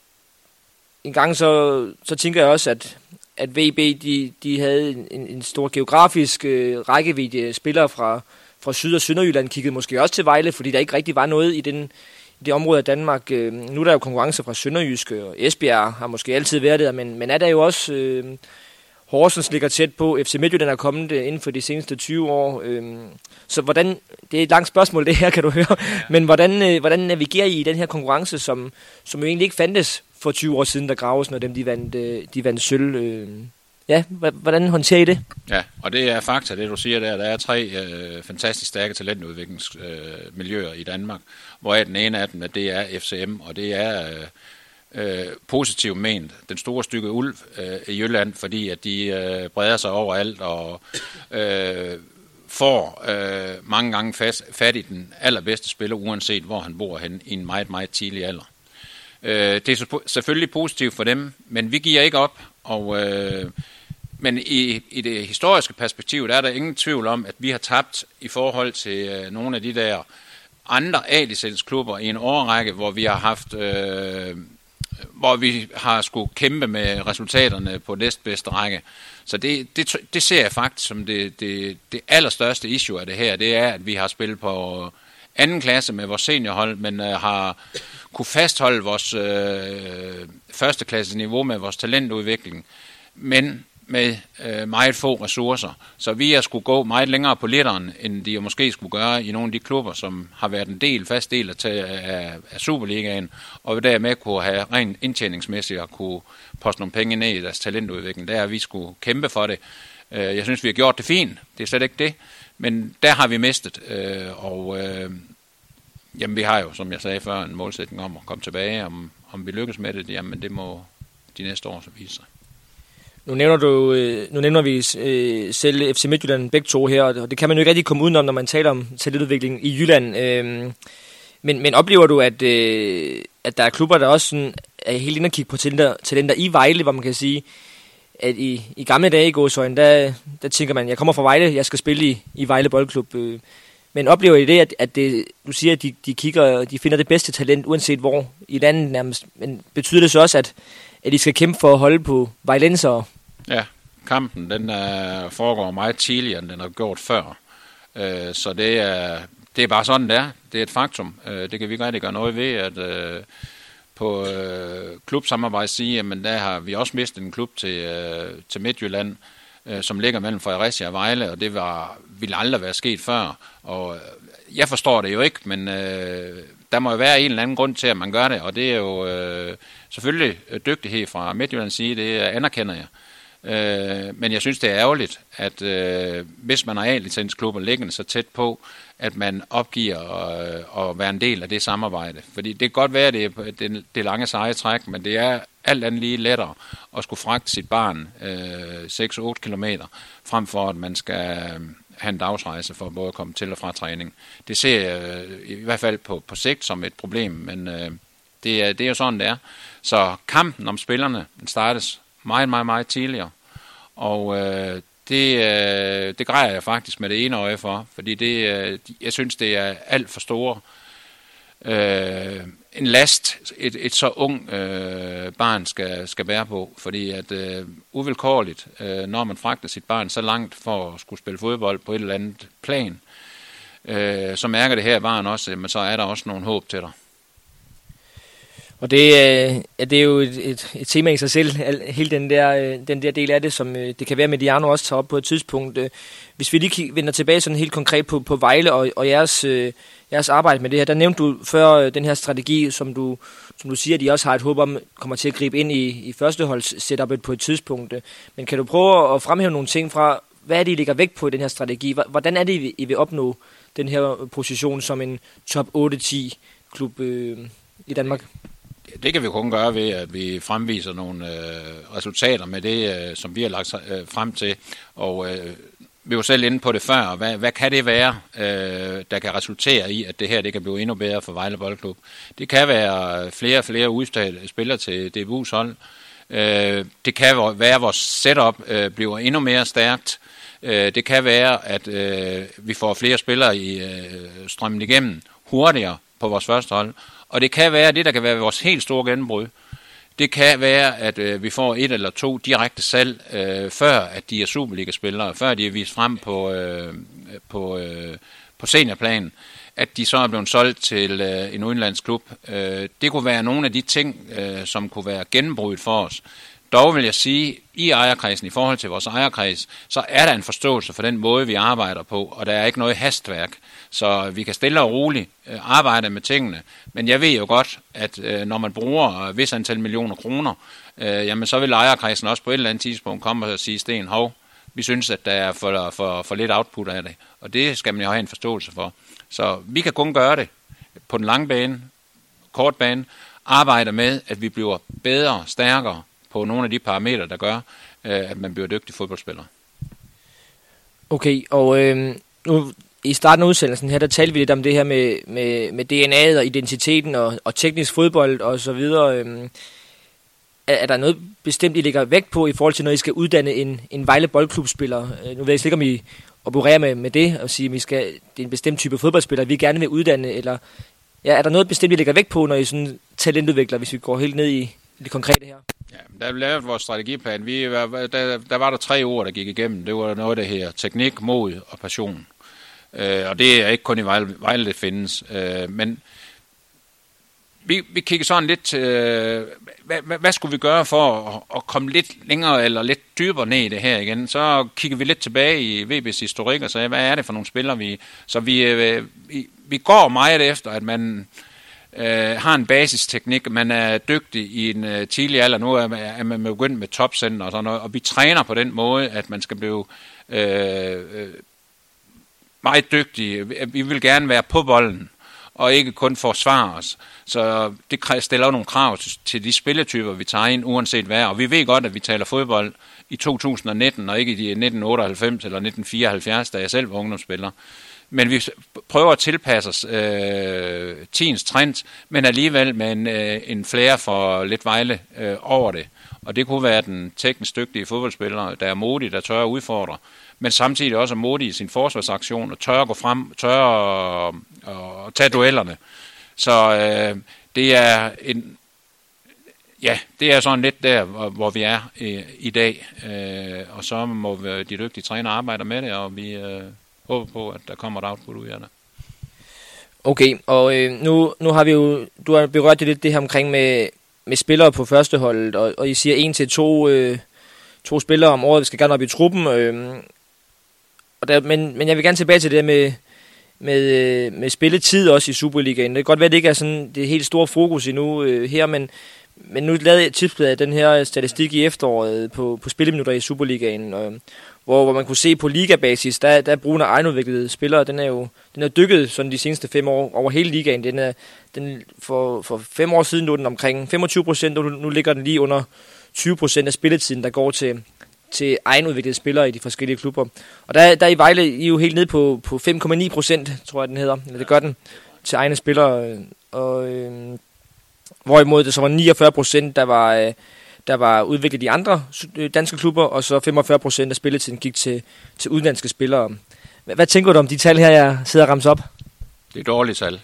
en gang så, så tænker jeg også, at, at V B, de, de havde en, en stor geografisk øh, rækkevidde spillere fra, fra Syd- og Sønderjylland, kiggede måske også til Vejle, fordi der ikke rigtig var noget i den i det område af Danmark. Øh, nu er der jo konkurrence fra Sønderjyske, og Esbjerg har måske altid været der, men, men er der jo også øh, Horsens ligger tæt på, F C Midtjylland er kommet øh, inden for de seneste tyve år. Øh, så hvordan, det er et langt spørgsmål det her, kan du høre, ja. Men hvordan, øh, hvordan navigerer I i den her konkurrence, som, som jo egentlig ikke fandtes for tyve år siden, der Graves, når dem de vandt, øh, de vandt sølv? Øh. Ja, hvordan håndterer I det? Ja, og det er fakta, det du siger der. Der er tre øh, fantastisk stærke talentudviklingsmiljøer øh, i Danmark, hvor den ene af dem, det er F C M, og det er øh, øh, positivt ment. Den store stykke ulv øh, i Jylland, fordi at de øh, breder sig overalt og øh, får øh, mange gange fast, fat i den allerbedste spiller, uanset hvor han bor hen i en meget, meget tidlig alder. Øh, det er selvfølgelig positivt for dem, men vi giver ikke op, og... Øh, Men i, i det historiske perspektiv, der er der ingen tvivl om, at vi har tabt i forhold til øh, nogle af de der andre A-licensklubber i en årrække, hvor vi har haft, øh, hvor vi har skulle kæmpe med resultaterne på næstbedste række. Så det, det, det ser jeg faktisk som det, det, det allerstørste issue af det her, det er, at vi har spillet på anden klasse med vores seniorhold, men øh, har kunne fastholde vores øh, førsteklasse niveau med vores talentudvikling, men med øh, meget få ressourcer. Så vi er skulle gå meget længere på literen, end de måske skulle gøre i nogle af de klubber, som har været en del, fast del af, af, af Superligaen, og dermed kunne have rent indtjeningsmæssigt og kunne poste nogle penge ned i deres talentudvikling. Der er vi skulle kæmpe for det. Jeg synes, vi har gjort det fint. Det er slet ikke det. Men der har vi mistet. Og øh, jamen, vi har jo, som jeg sagde før, en målsætning om at komme tilbage. Om, om vi lykkes med det, jamen det må de næste år så vise sig. Nu nævner, du, nu nævner vi øh, selv F C Midtjylland begge to her, og det kan man jo ikke rigtig komme udenom, når man taler om talentudvikling i Jylland. Øh, men, men oplever du, at, øh, at der er klubber, der også sådan, er helt inde og kigge på talenter, talenter i Vejle, hvor man kan sige, at i, i gamle dage i gåsøjne, der, der tænker man, jeg kommer fra Vejle, jeg skal spille i, i Vejle Boldklub. Øh, men oplever I det, at, at det, du siger, at de, de kigger, de finder det bedste talent, uanset hvor i landet nærmest, men betyder det så også, at, at de skal kæmpe for at holde på vejlensere? Ja, kampen den er, foregår meget tidligere, end den har gjort før. Øh, så det er, det er bare sådan, det er. Det er et faktum. Øh, det kan vi ikke rigtig gøre noget ved, at øh, på øh, klubsamarbejde sige, men der har vi også mistet en klub til, øh, til Midtjylland, øh, som ligger mellem Fredericia og Vejle, og det var, ville aldrig være sket før. Og øh, jeg forstår det jo ikke, men øh, der må jo være en eller anden grund til, at man gør det, og det er jo øh, selvfølgelig dygtighed fra Midtjyllands side, det anerkender jeg. Øh, men jeg synes, det er ærgerligt, at øh, hvis man har A-licensklubber liggende så tæt på, at man opgiver øh, at være en del af det samarbejde. Fordi det kan godt være, at det er det, det lange seje træk, men det er alt andet lige lettere at skulle fragte sit barn øh, seks otte kilometer, frem for at man skal have en dagsrejse for både at komme til og fra træning. Det ser jeg øh, i hvert fald på, på sigt som et problem, men øh, det, er, det er jo sådan, det er. Så kampen om spillerne startes meget, meget, meget tidligere. Og øh, det, øh, det græder jeg faktisk med det ene øje for, fordi det, øh, jeg synes, det er alt for store øh, en last, et, et så ung øh, barn skal, skal bære på, fordi at øh, uvilkårligt, øh, når man fragter sit barn så langt for at skulle spille fodbold på et eller andet plan, øh, så mærker det her barn også, men så er der også nogle håb til dig. Og det, øh, ja, det er jo et, et, et tema i sig selv, hele den der, øh, den der del af det, som øh, det kan være, Mediano også tager op på et tidspunkt. Øh, hvis vi lige vender tilbage sådan helt konkret på, på Vejle og, og jeres, øh, jeres arbejde med det her, der nævnte du før øh, den her strategi, som du, som du siger, de også har et håb om, kommer til at gribe ind i, i førsteholds-setupet på et tidspunkt. Øh. Men kan du prøve at fremhæve nogle ting fra, hvad er det, I lægger vægt på i den her strategi? Hvordan er det, I vil opnå den her position som en top otte ti klub øh, i Danmark? Det kan vi kun gøre ved, at vi fremviser nogle øh, resultater med det, øh, som vi har lagt øh, frem til. Og øh, vi var selv inde på det før. Hvad, hvad kan det være, øh, der kan resultere i, at det her det kan blive endnu bedre for Vejle Boldklub? Det kan være flere og flere udstillede spillere til D B U's hold. Øh, det kan være, at vores setup øh, bliver endnu mere stærkt. Øh, det kan være, at øh, vi får flere spillere i øh, strømmen igennem hurtigere på vores første hold. Og det kan være, det der kan være vores helt store gennembrud, det kan være, at øh, vi får et eller to direkte salg, øh, før at de er Superliga-spillere, før de er vist frem på, øh, på, øh, på seniorplanen, at de så er blevet solgt til øh, en udenlandsklub. Øh, det kunne være nogle af de ting, øh, som kunne være gennembruddet for os. Dog vil jeg sige, i ejerkredsen, i forhold til vores ejerkreds, så er der en forståelse for den måde, vi arbejder på, og der er ikke noget hastværk. Så vi kan stille og roligt øh, arbejde med tingene. Men jeg ved jo godt, at øh, når man bruger et vis antal millioner kroner, øh, jamen så vil ejerkredsen også på et eller andet tidspunkt komme og sige, Sten, hov, vi synes, at der er for, for, for lidt output af det. Og det skal man jo have en forståelse for. Så vi kan kun gøre det på den lange bane, kort bane, arbejde med, at vi bliver bedre, stærkere på nogle af de parametre, der gør, øh, at man bliver dygtig fodboldspiller. Okay, og øh, nu i starten af udsendelsen her, der talte vi lidt om det her med, med, med D N A'et og identiteten og, og teknisk fodbold og så videre. Øhm, er, er der noget bestemt, I lægger vægt på i forhold til, når I skal uddanne en, en Vejle Boldklubspiller? Øh, nu ved jeg ikke, om I opererer med, med det og sige, at vi skal, det er en bestemt type fodboldspiller, vi gerne vil uddanne, eller ja, er der noget bestemt, I lægger vægt på, når I sådan talentudvikler, hvis vi går helt ned i, i det konkrete her? Ja, da vi lavede vores strategiplan, vi var, der, der var der tre ord, der gik igennem. Det var noget, der her teknik, mod og passion. Øh, og det er ikke kun i Vejle, Vejle det findes. Øh, men vi, vi kiggede sådan lidt, øh, hvad, hvad, hvad skulle vi gøre for at, at komme lidt længere eller lidt dybere ned i det her igen? Så kiggede vi lidt tilbage i V B's historik og sagde, hvad er det for nogle spillere, vi... Så vi, øh, vi, vi går meget efter, at man... Uh, har en basisteknik, man er dygtig i en uh, tidlig alder. Nu er, er man begyndt med topcenter og sådan noget, og vi træner på den måde, at man skal blive uh, uh, meget dygtig. Vi vil gerne være på bolden, og ikke kun forsvare os. Så det stiller nogle krav til, til de spilletyper, vi tager ind, uanset hvad. Og vi ved godt, at vi taler fodbold i to tusind nitten, og ikke i nitten otteoghalvfems eller nitten fireoghalvfjerds, da jeg selv var ungdomsspiller. Men vi prøver at tilpasse os øh, tidens trend, men alligevel med en, øh, en flair for lidt Vejle øh, over det. Og det kunne være den teknisk dygtige fodboldspiller, der er modig, der tør at udfordre, men samtidig også er modig i sin forsvarsaktion og tør at gå frem, tør at, at tage duellerne. Så øh, det er en... Ja, det er sådan lidt der, hvor vi er øh, i dag. Øh, og så må de dygtige trænere arbejde med det, og vi... Øh, håber på, at der kommer et output ud af det. Okay, og øh, nu, nu har vi jo, du har berørt det lidt det her omkring med, med spillere på førsteholdet, og, og I siger en til to, øh, to spillere om året, vi skal gerne op i truppen. Øh, og der, men, men jeg vil gerne tilbage til det med, med, med spilletid også i Superligaen. Det kan godt være, at det ikke er sådan det helt store fokus endnu øh, her, men, men nu lavede jeg tipsbladet af den her statistik i efteråret på, på spilleminutter i Superligaen, øh, Hvor, hvor man kunne se på ligabasis, der, der er brugen af egenudviklede spillere, den er jo den er dykket sådan de seneste fem år over hele ligaen. Den er, den, for, for fem år siden lå den omkring femogtyve procent, og nu, nu ligger den lige under tyve procent af spilletiden, der går til, til egenudviklede spillere i de forskellige klubber. Og der, der i Vejle I er jo helt ned på, på fem komma ni procent, tror jeg den hedder, eller det gør den, til egne spillere. Og, øh, hvorimod det så var niogfyrre procent, der var... Øh, der var udviklet i andre danske klubber, og så femogfyrre procent af spilletiden gik til, til udenlandske spillere. Hvad, hvad tænker du om de tal her, jeg sidder og ramser op? Det er dårligt tal.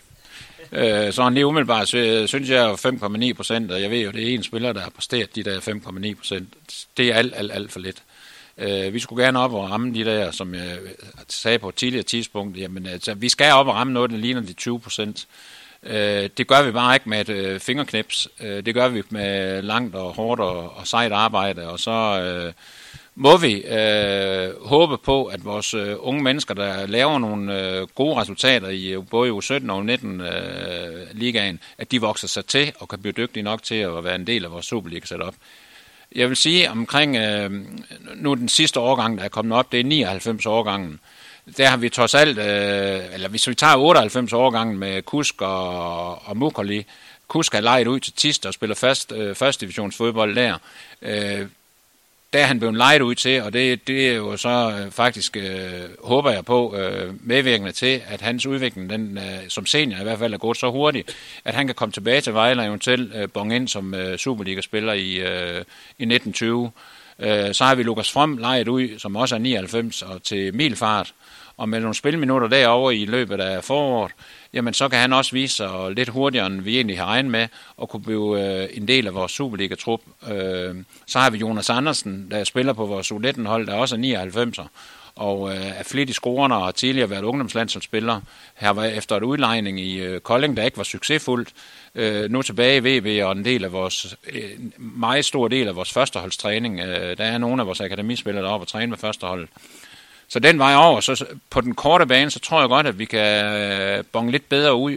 Øh, sådan lige umiddelbart så, synes jeg fem komma ni procent, og jeg ved jo, det er en spiller, der har præsteret de der fem komma ni procent. Det er alt, alt, alt for lidt. Øh, vi skulle gerne op og ramme de der, som jeg sagde på et tidligere tidspunkt, jamen altså, vi skal op og ramme noget, der ligner de tyve procent. Øh, det gør vi bare ikke med et øh, fingerknips. Øh, det gør vi med langt og hårdt og, og sejt arbejde, og så øh, må vi øh, håbe på, at vores øh, unge mennesker, der laver nogle øh, gode resultater i både U sytten og U nitten øh, ligaen, at de vokser sig til og kan blive dygtige nok til at være en del af vores Superliga setup. Jeg vil sige omkring, øh, nu den sidste årgang, der er kommet op, det er nioghalvfems årgangen. Der har vi trods alt, øh, eller hvis vi tager otteoghalvfems årgangen med Kusk og, og Mukerli, Kusk har lejet ud til Tist og spiller fast, øh, første divisionsfodbold der. Øh, der er han blevet lejet ud til, og det, det er jo så øh, faktisk, øh, håber jeg på, øh, medvirkende til, at hans udvikling, den, øh, som senior i hvert fald, er gået så hurtigt, at han kan komme tilbage til Vejle og eventuelt øh, bonge ind som øh, Superliga-spiller i, øh, i nitten tyve. Øh, så har vi Lukas From lejet ud, som også er nioghalvfems, og til Milfart. Og med nogle spilminutter derovre i løbet af foråret, jamen så kan han også vise sig lidt hurtigere, end vi egentlig har regnet med, og kunne blive øh, en del af vores Superliga-trup. Øh, så har vi Jonas Andersen, der spiller på vores U nitten-hold, der også er nioghalvfemser, og øh, er flittig scorerne og har tidligere været ungdomslandsholdsspiller. Her var efter et udlejning i øh, Kolding, der ikke var succesfuldt, øh, nu tilbage i V B, og en del af vores, øh, meget stor del af vores førsteholdstræning. Øh, der er nogle af vores akademispillere deroppe og træne med førsteholdet. Så den vej over, så på den korte bane, så tror jeg godt, at vi kan bonge lidt bedre ud,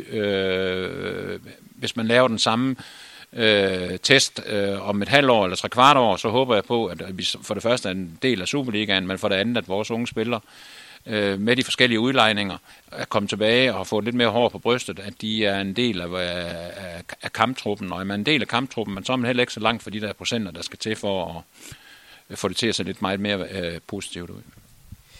øh, hvis man laver den samme øh, test øh, om et halvt år eller tre kvart år, så håber jeg på, at vi for det første er en del af Superligaen, men for det andet, at vores unge spillere øh, med de forskellige udlejninger er kommet tilbage og har fået lidt mere hår på brystet, at de er en del af, af, af kamptruppen, og er man en del af kamptruppen, men så er man heller ikke så langt for de der procenter, der skal til for at få det til at se lidt meget mere øh, positivt ud.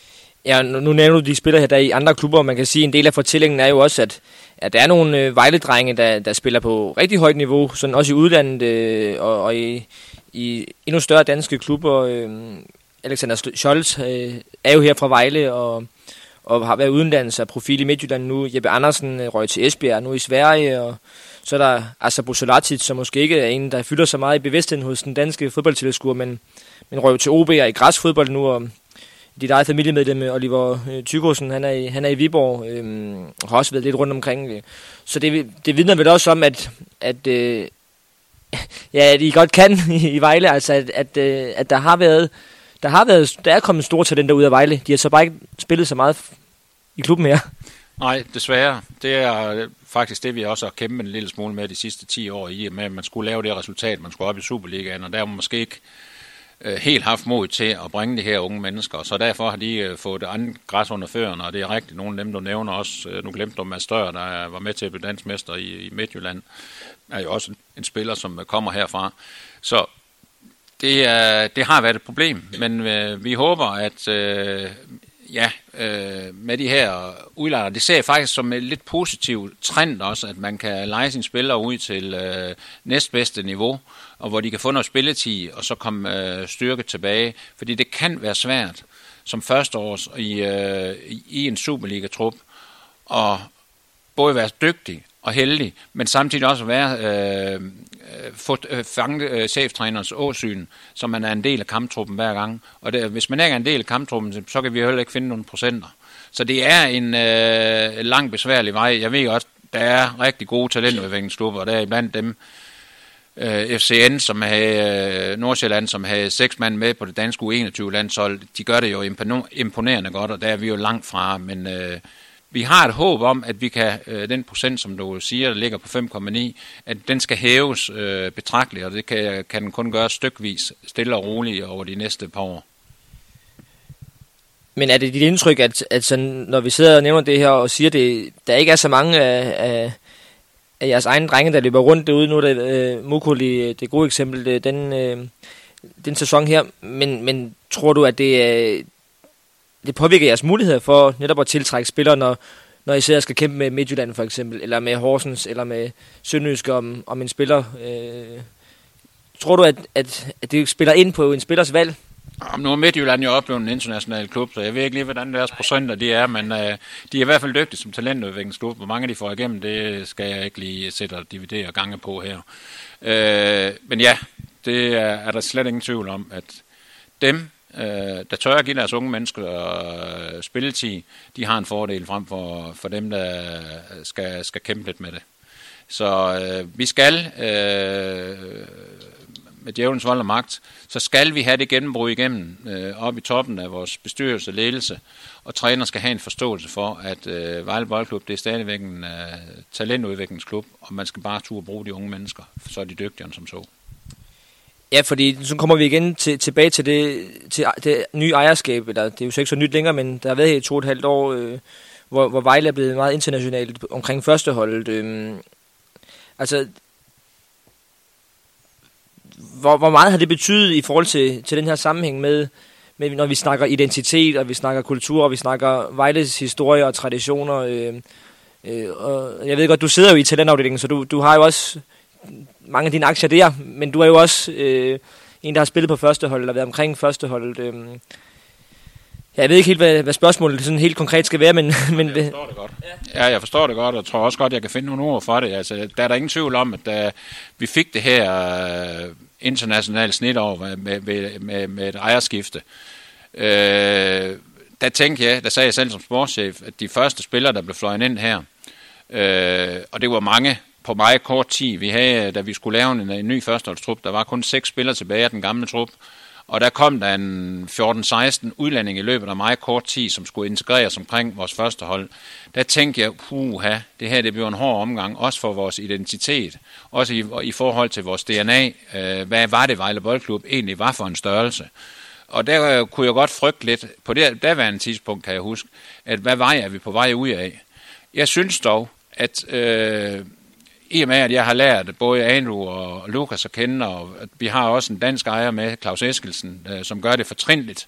Ja, nu, nu nævner du de spiller her, der i andre klubber, man kan sige, en del af fortællingen er jo også, at, at der er nogle øh, Vejle-drenge, der, der spiller på rigtig højt niveau, sådan også i udlandet øh, og, og i, i endnu større danske klubber. Øh, Alexander Scholz øh, er jo her fra Vejle og, og har været udenlands af profil i Midtjylland nu. Jeppe Andersen øh, røg til Esbjerg, nu i Sverige, og så er der Asabo Solatic, som måske ikke er en, der fylder så meget i bevidstheden hos den danske fodboldtilskuer, men, men røg til O B og i græsfodbold nu, og dit eget familiemedlem Oliver øh, Tygosen, han er i, han er i Viborg, øh, og har også været lidt rundt omkring. Øh. Så det, det vidner vel også om, at, at, øh, ja, at I godt kan i, i Vejle, altså at, at, øh, at der har været, der har været, der er kommet store talenter ud af Vejle. De har så bare ikke spillet så meget i klubben her. Nej, desværre. Det er faktisk det, vi også har kæmpet en lille smule med de sidste ti år i, med at man skulle lave det resultat, man skulle op i Superligaen, og der var måske ikke helt haft mod til at bringe de her unge mennesker, så derfor har de fået andet græs under fødderne, og det er rigtigt, nogle af dem, du nævner også, nu glemte du Mads Stør, der var med til at blive dansk mester i, i Midtjylland, er jo også en, en spiller, som kommer herfra, så det, er, det har været et problem, men øh, vi håber, at øh, ja, øh, med de her udlejere, det ser jeg faktisk som en lidt positiv trend også, at man kan leje sine spillere ud til øh, næstbedste niveau, og hvor de kan få noget spilletid, og så komme øh, styrke tilbage. Fordi det kan være svært som førsteårs i, øh, i en Superliga-trup, og både være dygtig og heldig, men samtidig også være øh, få øh, fange øh, cheftrænerens åsyn, så man er en del af kamptruppen hver gang. Og det, hvis man ikke er en del af kamptruppen, så kan vi heller ikke finde nogle procenter. Så det er en øh, lang besværlig vej. Jeg ved også, der er rigtig gode talentudviklingsklubber, og der er iblandt dem F C N, som havde Nordsjælland, som havde seks mand med på det danske U enogtyve-landshold. De gør det jo imponerende godt, og der er vi jo langt fra, men øh, vi har et håb om, at vi kan, øh, den procent, som du siger, der ligger på fem komma ni, at den skal hæves øh, betragteligt, og det kan, kan den kun gøre stykvis, stille og roligt over de næste par år. Men er det dit indtryk, at, at sådan, når vi sidder og nævner det her og siger, det, der ikke er så mange af, af, af jeres egne drenge, der løber rundt derude, nu er det øh, Mukuli, det gode eksempel, det, den, øh, den sæson her, men, men tror du, at det, øh, det påvirker jeres muligheder for netop at tiltrække spillere, når, når I sidder og skal kæmpe med Midtjylland for eksempel, eller med Horsens, eller med Sønderjyske om, om en spiller? Øh, tror du, at, at, at det spiller ind på en spillers valg? Nu er Midtjylland jo oplevet en international klub, så jeg ved ikke lige, hvordan deres procenter de er, men øh, de er i hvert fald dygtige som talentudviklingsklub. Hvor mange de får igennem, det skal jeg ikke lige sætte og dividere gange på her. Øh, men ja, det er, er der slet ingen tvivl om, at dem, øh, der tør at give deres unge mennesker øh, spilletid, de har en fordel frem for, for dem, der skal, skal kæmpe lidt med det. Så øh, vi skal... Øh, med djævelens vold og magt, så skal vi have det gennembrud igennem øh, op i toppen af vores bestyrelse og ledelse, og træner skal have en forståelse for, at øh, Vejle Boldklub, det er stadigvæk en øh, talentudviklingsklub, og man skal bare turde bruge de unge mennesker, så er de dygtigere som så. Ja, fordi så kommer vi igen til, tilbage til det, til det nye ejerskab, eller det er jo så ikke så nyt længere, men der har været her i to og et halvt år, øh, hvor, hvor Vejle er blevet meget internationalt omkring førsteholdet. Øh, altså, Hvor, hvor meget har det betydet i forhold til, til den her sammenhæng med, med, når vi snakker identitet, og vi snakker kultur, og vi snakker Vejles historie og traditioner? Øh, øh, og jeg ved godt, du sidder jo i talentafdelingen, så du, du har jo også mange af dine aktier der, men du er jo også øh, en, der har spillet på førsteholdet, eller været omkring førsteholdet. Øh. Jeg ved ikke helt, hvad, hvad spørgsmålet sådan helt konkret skal være, men... men jeg forstår det godt. Ja, jeg forstår det godt, og tror også godt, jeg kan finde nogle ord for det. Altså, der er der ingen tvivl om, at da vi fik det her uh, internationale snit over med, med, med, med et ejerskifte, uh, der tænkte jeg, der sagde jeg selv som sportschef, at de første spillere, der blev fløjet ind her, uh, og det var mange på meget kort tid, vi havde, da vi skulle lave en, en ny førsteholdstrup, der var kun seks spillere tilbage af den gamle trup, og der kom der en fjorten seksten udlænding i løbet af meget kort tid, som skulle integreres omkring vores første hold. Der tænkte jeg, puha, det her det bliver en hård omgang, også for vores identitet, også i, i forhold til vores D N A. Øh, hvad var det, Vejle Boldklub egentlig var for en størrelse? Og der øh, kunne jeg godt frygte lidt, på det daværende tidspunkt kan jeg huske, at hvad vej er vi på vej ud af? Jeg synes dog, at øh, i og med, at jeg har lært både Andrew og Lukas at kende, og vi har også en dansk ejer med, Claus Eskelsen, øh, som gør det fortrinligt,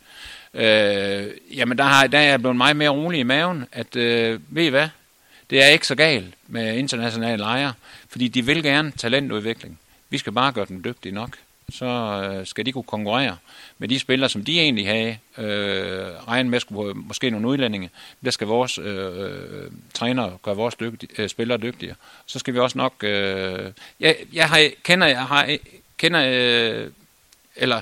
øh, jamen der, har, der er jeg blevet meget mere rolig i maven, at øh, ved I hvad, det er ikke så galt med internationale ejere, fordi de vil gerne talentudvikling. Vi skal bare gøre dem dygtige nok. Så øh, skal de kunne konkurrere med de spillere, som de egentlig havde. Øh, regne med skulle måske nogle udlændinge. Der skal vores øh, trænere gøre vores dygtige, øh, spillere dygtigere. Så skal vi også nok... Øh, jeg, jeg har, kender... Jeg har, kender øh, eller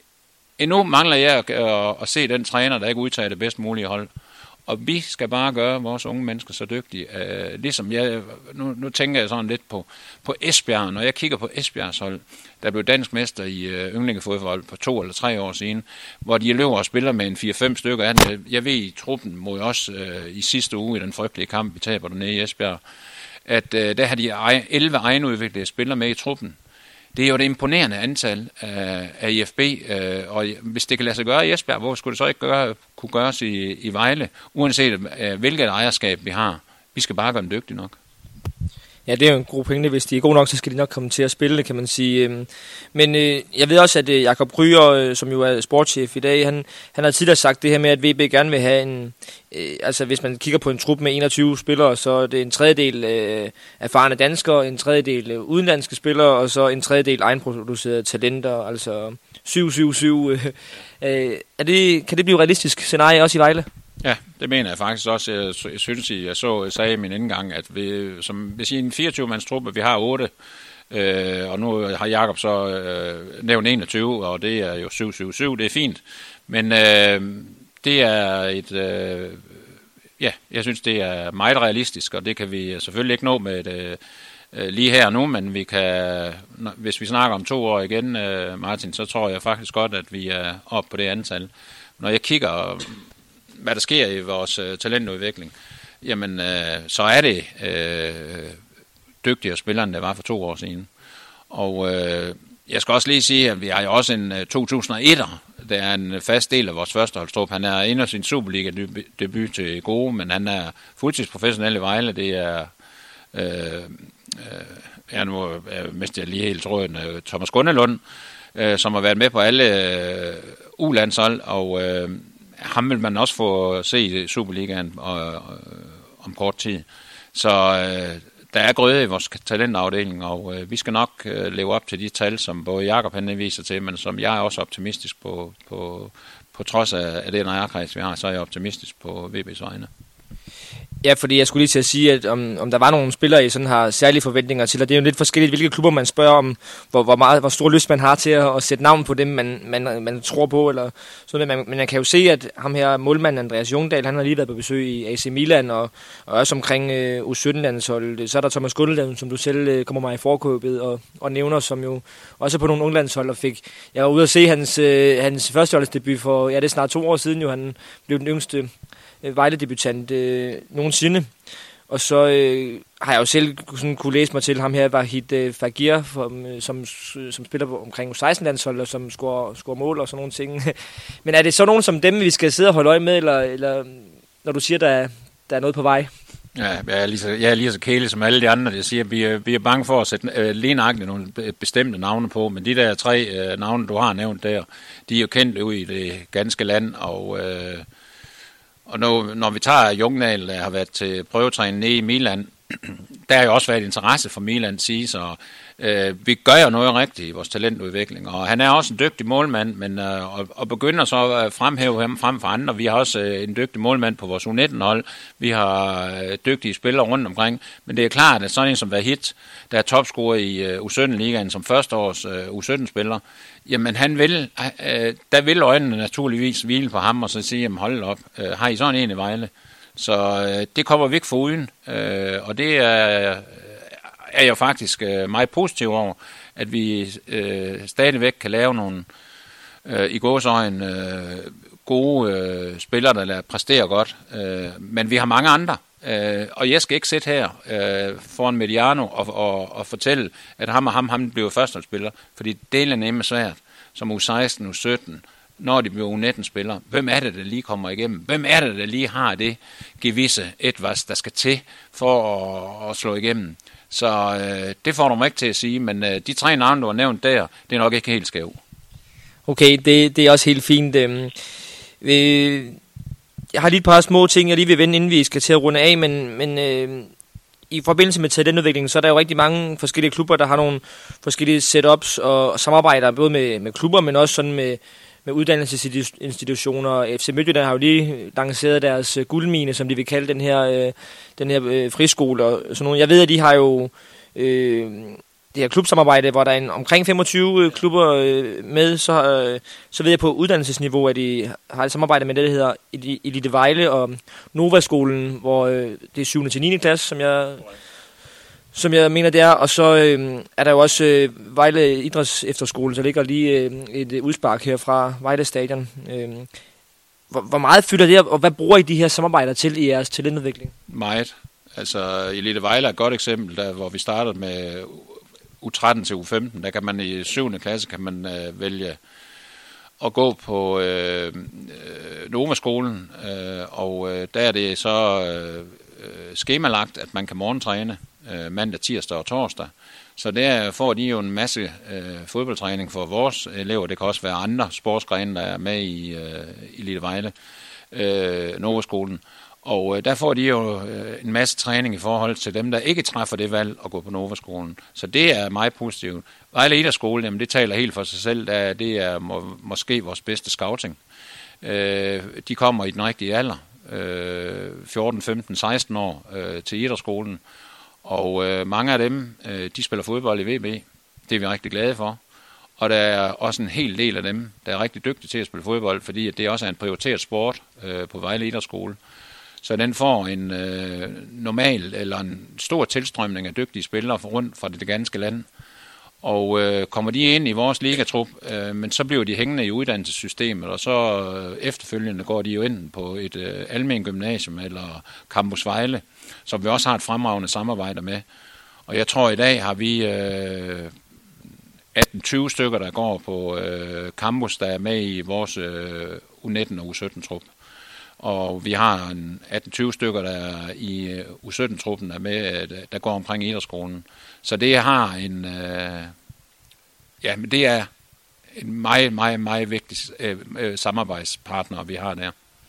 endnu mangler jeg at, at, at se den træner, der ikke udtager det bedst mulige hold. Og vi skal bare gøre vores unge mennesker så dygtige. Uh, ligesom jeg, nu, nu tænker jeg sådan lidt på, på Esbjerg. Når jeg kigger på Esbjergs hold, der blev dansk mester i uh, yndlingefodbold på to eller tre år siden, hvor de løber og spiller med en fire fem stykker af den. Jeg ved i truppen mod os uh, i sidste uge i den frygtelige kamp, vi taber dernede i Esbjerg, at uh, der har de elleve egenudviklede spillere med i truppen. Det er jo det imponerende antal af, af I F B, øh, og hvis det kan lade sig gøre i Esbjerg, hvorfor skulle det så ikke gøre, kunne gøres i, i Vejle, uanset øh, hvilket ejerskab vi har. Vi skal bare gøre dem dygtige nok. Ja, det er jo en god pointe. Hvis de er gode nok, så skal de nok komme til at spille det, kan man sige. Men øh, jeg ved også, at øh, Jakob Ryger, øh, som jo er sportschef i dag, han, han har tidligere sagt det her med, at V B gerne vil have en... Øh, altså, hvis man kigger på en trup med enogtyve spillere, så er det en tredjedel øh, erfarne danskere, en tredjedel øh, udenlandske spillere, og så en tredjedel egenproducerede talenter, altså syv syv syv. Øh, øh, er det, kan det blive realistisk scenarie også i Vejle? Ja, det mener jeg faktisk også. Jeg synes, jeg så jeg sagde i min indgang, at vi, som, hvis I er en fireogtyve-mands truppe, vi har otte, øh, og nu har Jakob så øh, nævnt enogtyve, og det er jo syv syv syv, det er fint. Men øh, det er et... Øh, ja, jeg synes, det er meget realistisk, og det kan vi selvfølgelig ikke nå med det, øh, lige her nu, men vi kan, hvis vi snakker om to år igen, øh, Martin, så tror jeg faktisk godt, at vi er oppe på det antal. Når jeg kigger... hvad der sker i vores øh, talentudvikling, jamen øh, så er det øh, dygtigere spillere, end det var for to år siden. Og øh, jeg skal også lige sige, at vi har jo også en øh, to tusind og etter, der er en fast del af vores førsteholdstrup. Han er inde af sin Superliga-debut til gode, men han er fuldtidsprofessionel i Vejle. Det er, øh, øh, jeg nu øh, mest jeg lige helt tråden, øh, Thomas Gundelund, øh, som har været med på alle øh, U-landshold, og øh, ham vil man også få se i Superligaen og, og, om kort tid. Så øh, der er grøde i vores talentafdeling, og øh, vi skal nok øh, leve op til de tal, som både Jakob han viser til, men som jeg er også optimistisk på, på, på trods af, af den ejerkreds, vi har, så er jeg optimistisk på V B's vegne. Ja, fordi jeg skulle lige til at sige, at om, om der var nogle spillere, I sådan har særlige forventninger til, og det er jo lidt forskelligt, hvilke klubber man spørger om, hvor, hvor, meget, hvor stor lyst man har til at, at sætte navn på dem, man, man, man tror på, eller sådan noget. Men man kan jo se, at ham her målmanden Andreas Jungdahl, han har lige været på besøg i A C Milan, og, og også omkring uh, U sytten-landshold. Så er der Thomas Gundelund, som du selv uh, kommer mig i forkøbet, og, og nævner, som jo også på nogle unglandshold, og fik. Jeg var ude at se hans, uh, hans førsteholdsdebut for, ja, det er snart to år siden jo, han blev den yngste Vejle-debutant øh, nogensinde. Og så øh, har jeg jo selv sådan kunne læse mig til ham her, Wahid øh, Fagir, som, øh, som, som spiller på omkring U seksten-landshold, og som scorer, scorer mål og sådan nogle ting. Men er det så nogen som dem, vi skal sidde og holde øje med, eller, eller når du siger, der, der er noget på vej? Ja, jeg er lige så, jeg er lige så kælig som alle de andre. Jeg siger, vi er, vi er bange for at sætte øh, lige nøjagtigt nogle bestemte navne på, men de der tre øh, navne, du har nævnt der, de er jo kendt ude i det ganske land, og... Øh, Og når, når vi tager Jungdahl, der har været til prøvetræning nede i Milan, der har jo også været interesse for Milans side, så øh, vi gør jo noget rigtigt i vores talentudvikling. Og han er også en dygtig målmand, men øh, og, og begynder så at fremhæve ham frem for andre. Vi har også øh, en dygtig målmand på vores U nitten-hold. Vi har øh, dygtige spillere rundt omkring. Men det er klart, at sådan en som Wahid, der er topscorer i øh, U sytten-ligaen som førsteårs øh, U sytten-spiller, jamen han vil, øh, der vil øjnene naturligvis hvile på ham og så sige, jamen hold op, øh, har I sådan en i Vejle? Så øh, det kommer vi ikke for uden, øh, og det er, er jeg faktisk øh, meget positiv over, at vi øh, stadigvæk kan lave nogle øh, i gåseøjne øh, gode øh, spillere, der lader præstere godt, øh, men vi har mange andre. Uh, og jeg skal ikke sidde her uh, foran Mediano og, og, og fortælle, at ham og ham, ham bliver førsteholdsspiller, fordi det er nemlig svært, som U seksten, U sytten, når de bliver U nitten-spillere. Hvem er det, der lige kommer igennem? Hvem er det, der lige har det gevisse etvas, der skal til for at, at slå igennem? Så øh, det får du mig ikke til at sige, men øh, de tre navne, du har nævnt der, det er nok ikke helt skævt. Okay, det, det er også helt fint. Øh, øh, jeg har lige et par små ting, jeg lige vil vende, inden vi skal til at runde af, men, men øh, i forbindelse med talentudviklingen, så er der jo rigtig mange forskellige klubber, der har nogle forskellige setups og samarbejder, både med, med klubber, men også sådan med, med uddannelsesinstitutioner. F C Midtjylland har jo lige lanceret deres guldmine, som de vil kalde den her, øh, den her øh, friskole og sådan noget. Jeg ved, at de har jo øh, det her klubsamarbejde, hvor der er en, omkring femogtyve klubber øh, med, så, øh, så ved jeg på uddannelsesniveau, at de har et samarbejde med det, der hedder Elite Vejle og Nova-skolen, hvor øh, det er syvende til niende klasse, som jeg, som jeg mener det er. Og så øh, er der jo også øh, Vejle Idræts Efterskole, så ligger lige øh, et udspark her fra Vejle Stadion. Øh, hvor, hvor meget fylder det, og hvad bruger I de her samarbejder til i jeres talentudvikling? Meget. Altså Elite Vejle er et godt eksempel, der, hvor vi startede med U tretten til U femten, der kan man i syvende klasse kan man øh, vælge at gå på øh, Nova-skolen, øh, og øh, der er det så øh, skemalagt, at man kan morgentræne øh, mandag, tirsdag og torsdag. Så der får de jo en masse øh, fodboldtræning for vores elever. Det kan også være andre sportsgrene, der er med i øh, Elite Vejle, øh, Nova-skolen. Og øh, der får de jo øh, en masse træning i forhold til dem, der ikke træffer det valg at gå på Nova-skolen. Så det er meget positivt. Vejle Idrætsskole, jamen det taler helt for sig selv. Der, det er må, måske vores bedste scouting. Øh, de kommer i den rigtige alder, øh, fjorten, femten, seksten år øh, til idrætsskolen. Og øh, mange af dem, øh, de spiller fodbold i V B. Det er vi rigtig glade for. Og der er også en hel del af dem, der er rigtig dygtige til at spille fodbold, fordi det også er en prioriteret sport øh, på Vejle Idrætsskole. Så den får en øh, normal eller en stor tilstrømning af dygtige spillere rundt fra det ganske land. Og øh, kommer de ind i vores ligatrup, øh, men så bliver de hængende i uddannelsessystemet, og så øh, efterfølgende går de jo ind på et øh, almen gymnasium eller Campus Vejle, som vi også har et fremragende samarbejde med. Og jeg tror i dag har vi øh, atten tyve stykker, der går på øh, campus, der er med i vores øh, U nitten og U sytten-trup. Og vi har en atten tyve stykker, der i U sytten-truppen er med, der går omkring idrætsskolen. Så det har en, øh, ja, men det er en meget, meget, meget vigtig øh, øh, samarbejdspartner, vi har der.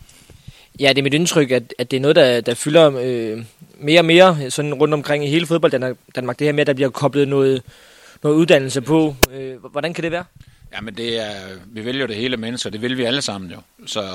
Ja, det er mit indtryk, at, at det er noget, der, der fylder øh, mere og mere sådan rundt omkring i hele fodbold Danmark. Det her med, at der bliver koblet noget, noget uddannelse på. Øh, hvordan kan det være? Jamen, det er, vi vælger det hele mennesker, det vil vi alle sammen jo. Så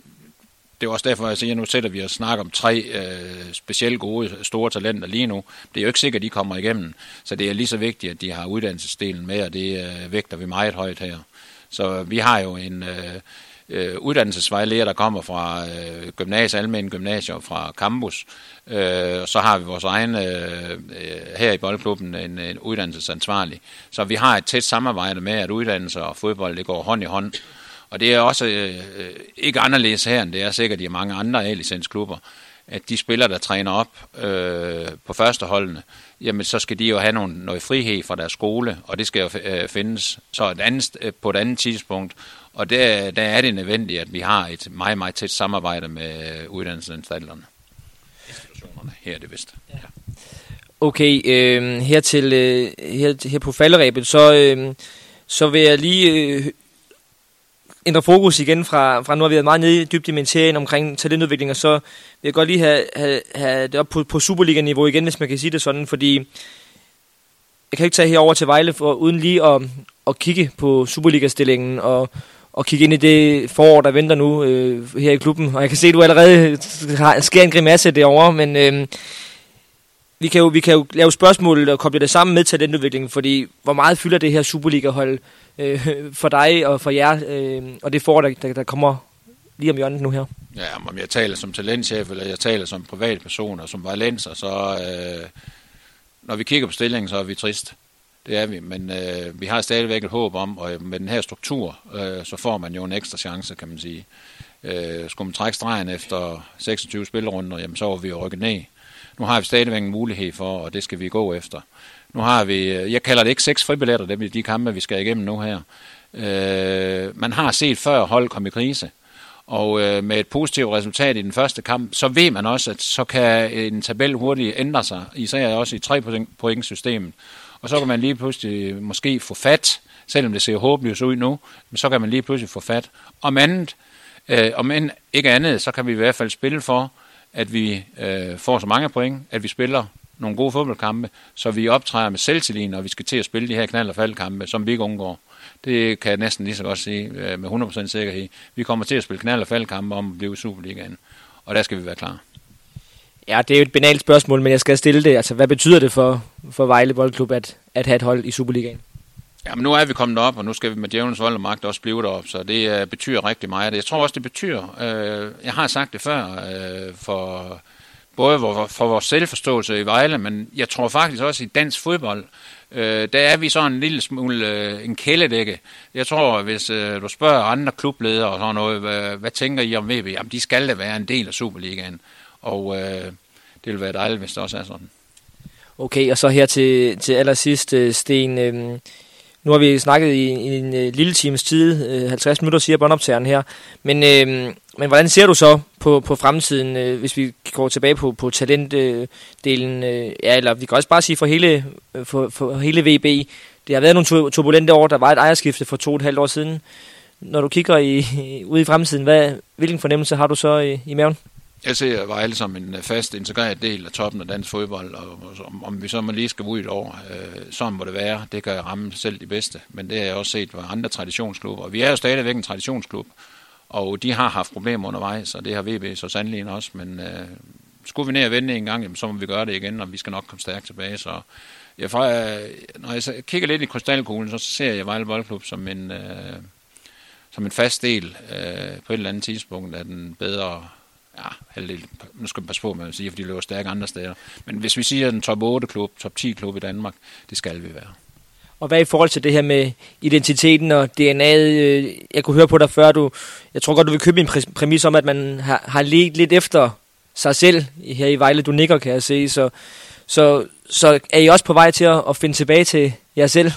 det er også derfor, jeg siger, at nu sætter vi og snakker om tre øh, specielt gode, store talenter lige nu. Det er jo ikke sikkert, at de kommer igennem. Så det er lige så vigtigt, at de har uddannelsesdelen med, og det øh, vægter vi meget højt her. Så vi har jo en øh, øh, uddannelsesvejleder, der kommer fra øh, gymnasiet, almen gymnasium, fra campus. Øh, så har vi vores egen, øh, her i boldklubben, en, en uddannelsesansvarlig. Så vi har et tæt samarbejde med, at uddannelse og fodbold, det går hånd i hånd. Og det er også øh, ikke anderledes her, end det er sikkert i mange andre A-licensklubber, at de spillere, der træner op øh, på førsteholdene, jamen så skal de jo have nogle, noget frihed fra deres skole, og det skal jo øh, findes så et andet, øh, på et andet tidspunkt. Og der, der er det nødvendigt, at vi har et meget, meget tæt samarbejde med uddannelsesanstalterne. Institutionerne her er det vist. Ja. Okay, øh, her, til, øh, her, her på falderæbet, så, øh, så vil jeg lige øh, ændre fokus igen fra, fra nu har vi været meget nede i dybt i materien omkring talentudvikling, og så vil jeg godt lige have, have, have det op på, på Superliga-niveau igen, hvis man kan sige det sådan, fordi jeg kan ikke tage herover til Vejle for, uden lige at, at kigge på Superliga-stillingen og, og kigge ind i det forår, der venter nu øh, her i klubben, og jeg kan se, at du allerede har, sker en grimasse derovre, men øh, vi, kan jo, vi kan jo lave spørgsmål og koble det sammen med talentudviklingen, fordi hvor meget fylder det her Superliga-hold øh, for dig og for jer, øh, og det forår, der, der, der kommer lige om hjørnet nu her? Ja, om jeg taler som talentchef, eller jeg taler som privatperson og som vejlenser, så øh, når vi kigger på stillingen, så er vi trist. Det er vi, men øh, vi har stadigvæk et håb om, og med den her struktur, øh, så får man jo en ekstra chance, kan man sige. Øh, skulle man trække stregen efter seksogtyve spillerunder, jamen så var vi jo rykket ned. Nu har vi stadigvæk en mulighed for, og det skal vi gå efter. Nu har vi, jeg kalder det ikke seks fribilletter, det er de kampe, vi skal igennem nu her. Øh, man har set før hold komme i krise, Og øh, med et positivt resultat i den første kamp, så ved man også, at så kan en tabel hurtigt ændre sig, især også i tre point systemet. Og så kan man lige pludselig måske få fat, selvom det ser håbløst ud nu, men så kan man lige pludselig få fat. Om andet, øh, om end ikke andet, så kan vi i hvert fald spille for, at vi øh, får så mange point, at vi spiller nogle gode fodboldkampe, så vi optræder med selvtillid, når vi skal til at spille de her knald- og faldkampe, som vi ikke undgår. Det kan jeg næsten lige så godt sige øh, med hundrede procent sikkerhed. Vi kommer til at spille knald- og faldkampe om at blive Superligaen, og der skal vi være klar. Ja, det er jo et banalt spørgsmål, men jeg skal stille det. Altså, hvad betyder det for, for Vejle Boldklub at, at have et hold i Superligaen? Jamen, nu er vi kommet op, og nu skal vi med djævelens vold og magt også blive derop, så det øh, betyder rigtig meget. Jeg tror også, det betyder, øh, jeg har sagt det før, øh, for både for, for vores selvforståelse i Vejle, men jeg tror faktisk også i dansk fodbold, øh, der er vi så en lille smule øh, en kæledække. Jeg tror, hvis øh, du spørger andre klubledere og sådan noget, hvad, hvad tænker I om V B? Jamen, de skal da være en del af Superligaen, og øh, det vil være dejligt, hvis det også er sådan. Okay, og så her til, til allersidst, Sten. Øh, nu har vi snakket i, i en øh, lille times tid, øh, halvtreds minutter siger båndoptageren her, men, øh, men hvordan ser du så på, på fremtiden, øh, hvis vi går tilbage på, på talentdelen, øh, ja, eller vi kan også bare sige for hele, for, for hele V B. Det har været nogle turbulente år, der var et ejerskifte for to og et halvt år siden. Når du kigger i, ud i fremtiden, hvad, hvilken fornemmelse har du så i, i maven? Jeg ser Vejle som en fast integreret del af toppen af dansk fodbold, og om, om vi så må lige skal ud et år, øh, sådan må det være. Det kan ramme selv de bedste, men det har jeg også set ved andre traditionsklubber. Og vi er jo stadigvæk en traditionsklub, og de har haft problemer undervejs, og det har V B så sandelig også, men øh, skulle vi ned og vende en gang, jamen, så må vi gøre det igen, og vi skal nok komme stærkt tilbage. Så jeg, for, øh, når jeg kigger lidt i krystalkuglen, så ser jeg Vejle Boldklub som en, øh, som en fast del øh, på et eller andet tidspunkt af den bedre. Ja, halvdel. Nu skal vi passe på med at sige, fordi de løber stærke andre steder. Men hvis vi siger en top otte klub, top ti klub i Danmark, det skal vi være. Og hvad i forhold til det her med identiteten og D N A'et? Jeg kunne høre på dig før, du, jeg tror godt, du vil købe en præmis om, at man har, har let lidt efter sig selv her i Vejle. Du nikker, kan jeg se. Så, så, så er I også på vej til at, at finde tilbage til jer selv?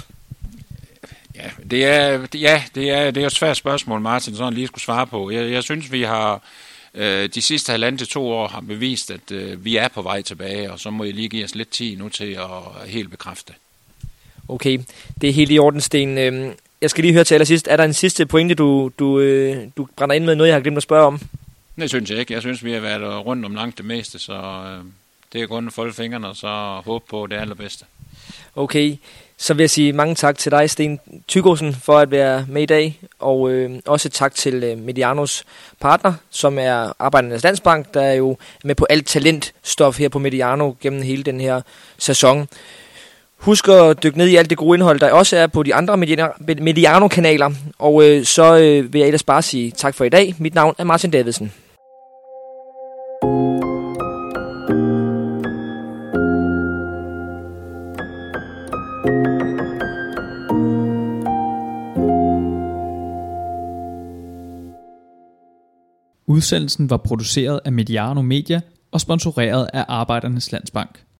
Ja, det er, ja, det er, det er et svært spørgsmål, Martin, sådan lige skulle svare på. Jeg, jeg synes, vi har de sidste halvanden til to år har bevist, at øh, vi er på vej tilbage, og så må I lige give os lidt tid nu til at helt bekræfte. Okay, det er helt i orden, Sten. Jeg skal lige høre til allersidst. Er der en sidste pointe, du, du, du brænder ind med, noget jeg har glemt at spørge om? Det synes jeg ikke. Jeg synes, vi har været rundt om langt det meste, så øh, det er kun at folde fingrene og så håbe på det allerbedste. Okay, så vil jeg sige mange tak til dig, Sten Thygosen, for at være med i dag, og øh, også tak til øh, Medianos partner, som er Arbejdernes Landsbank, der er jo med på alt talentstof her på Mediano gennem hele den her sæson. Husk at dykke ned i alt det gode indhold, der også er på de andre Mediano-kanaler, og øh, så øh, vil jeg ellers bare sige tak for i dag. Mit navn er Martin Davidsen. Udsendelsen var produceret af Mediano Media og sponsoreret af Arbejdernes Landsbank.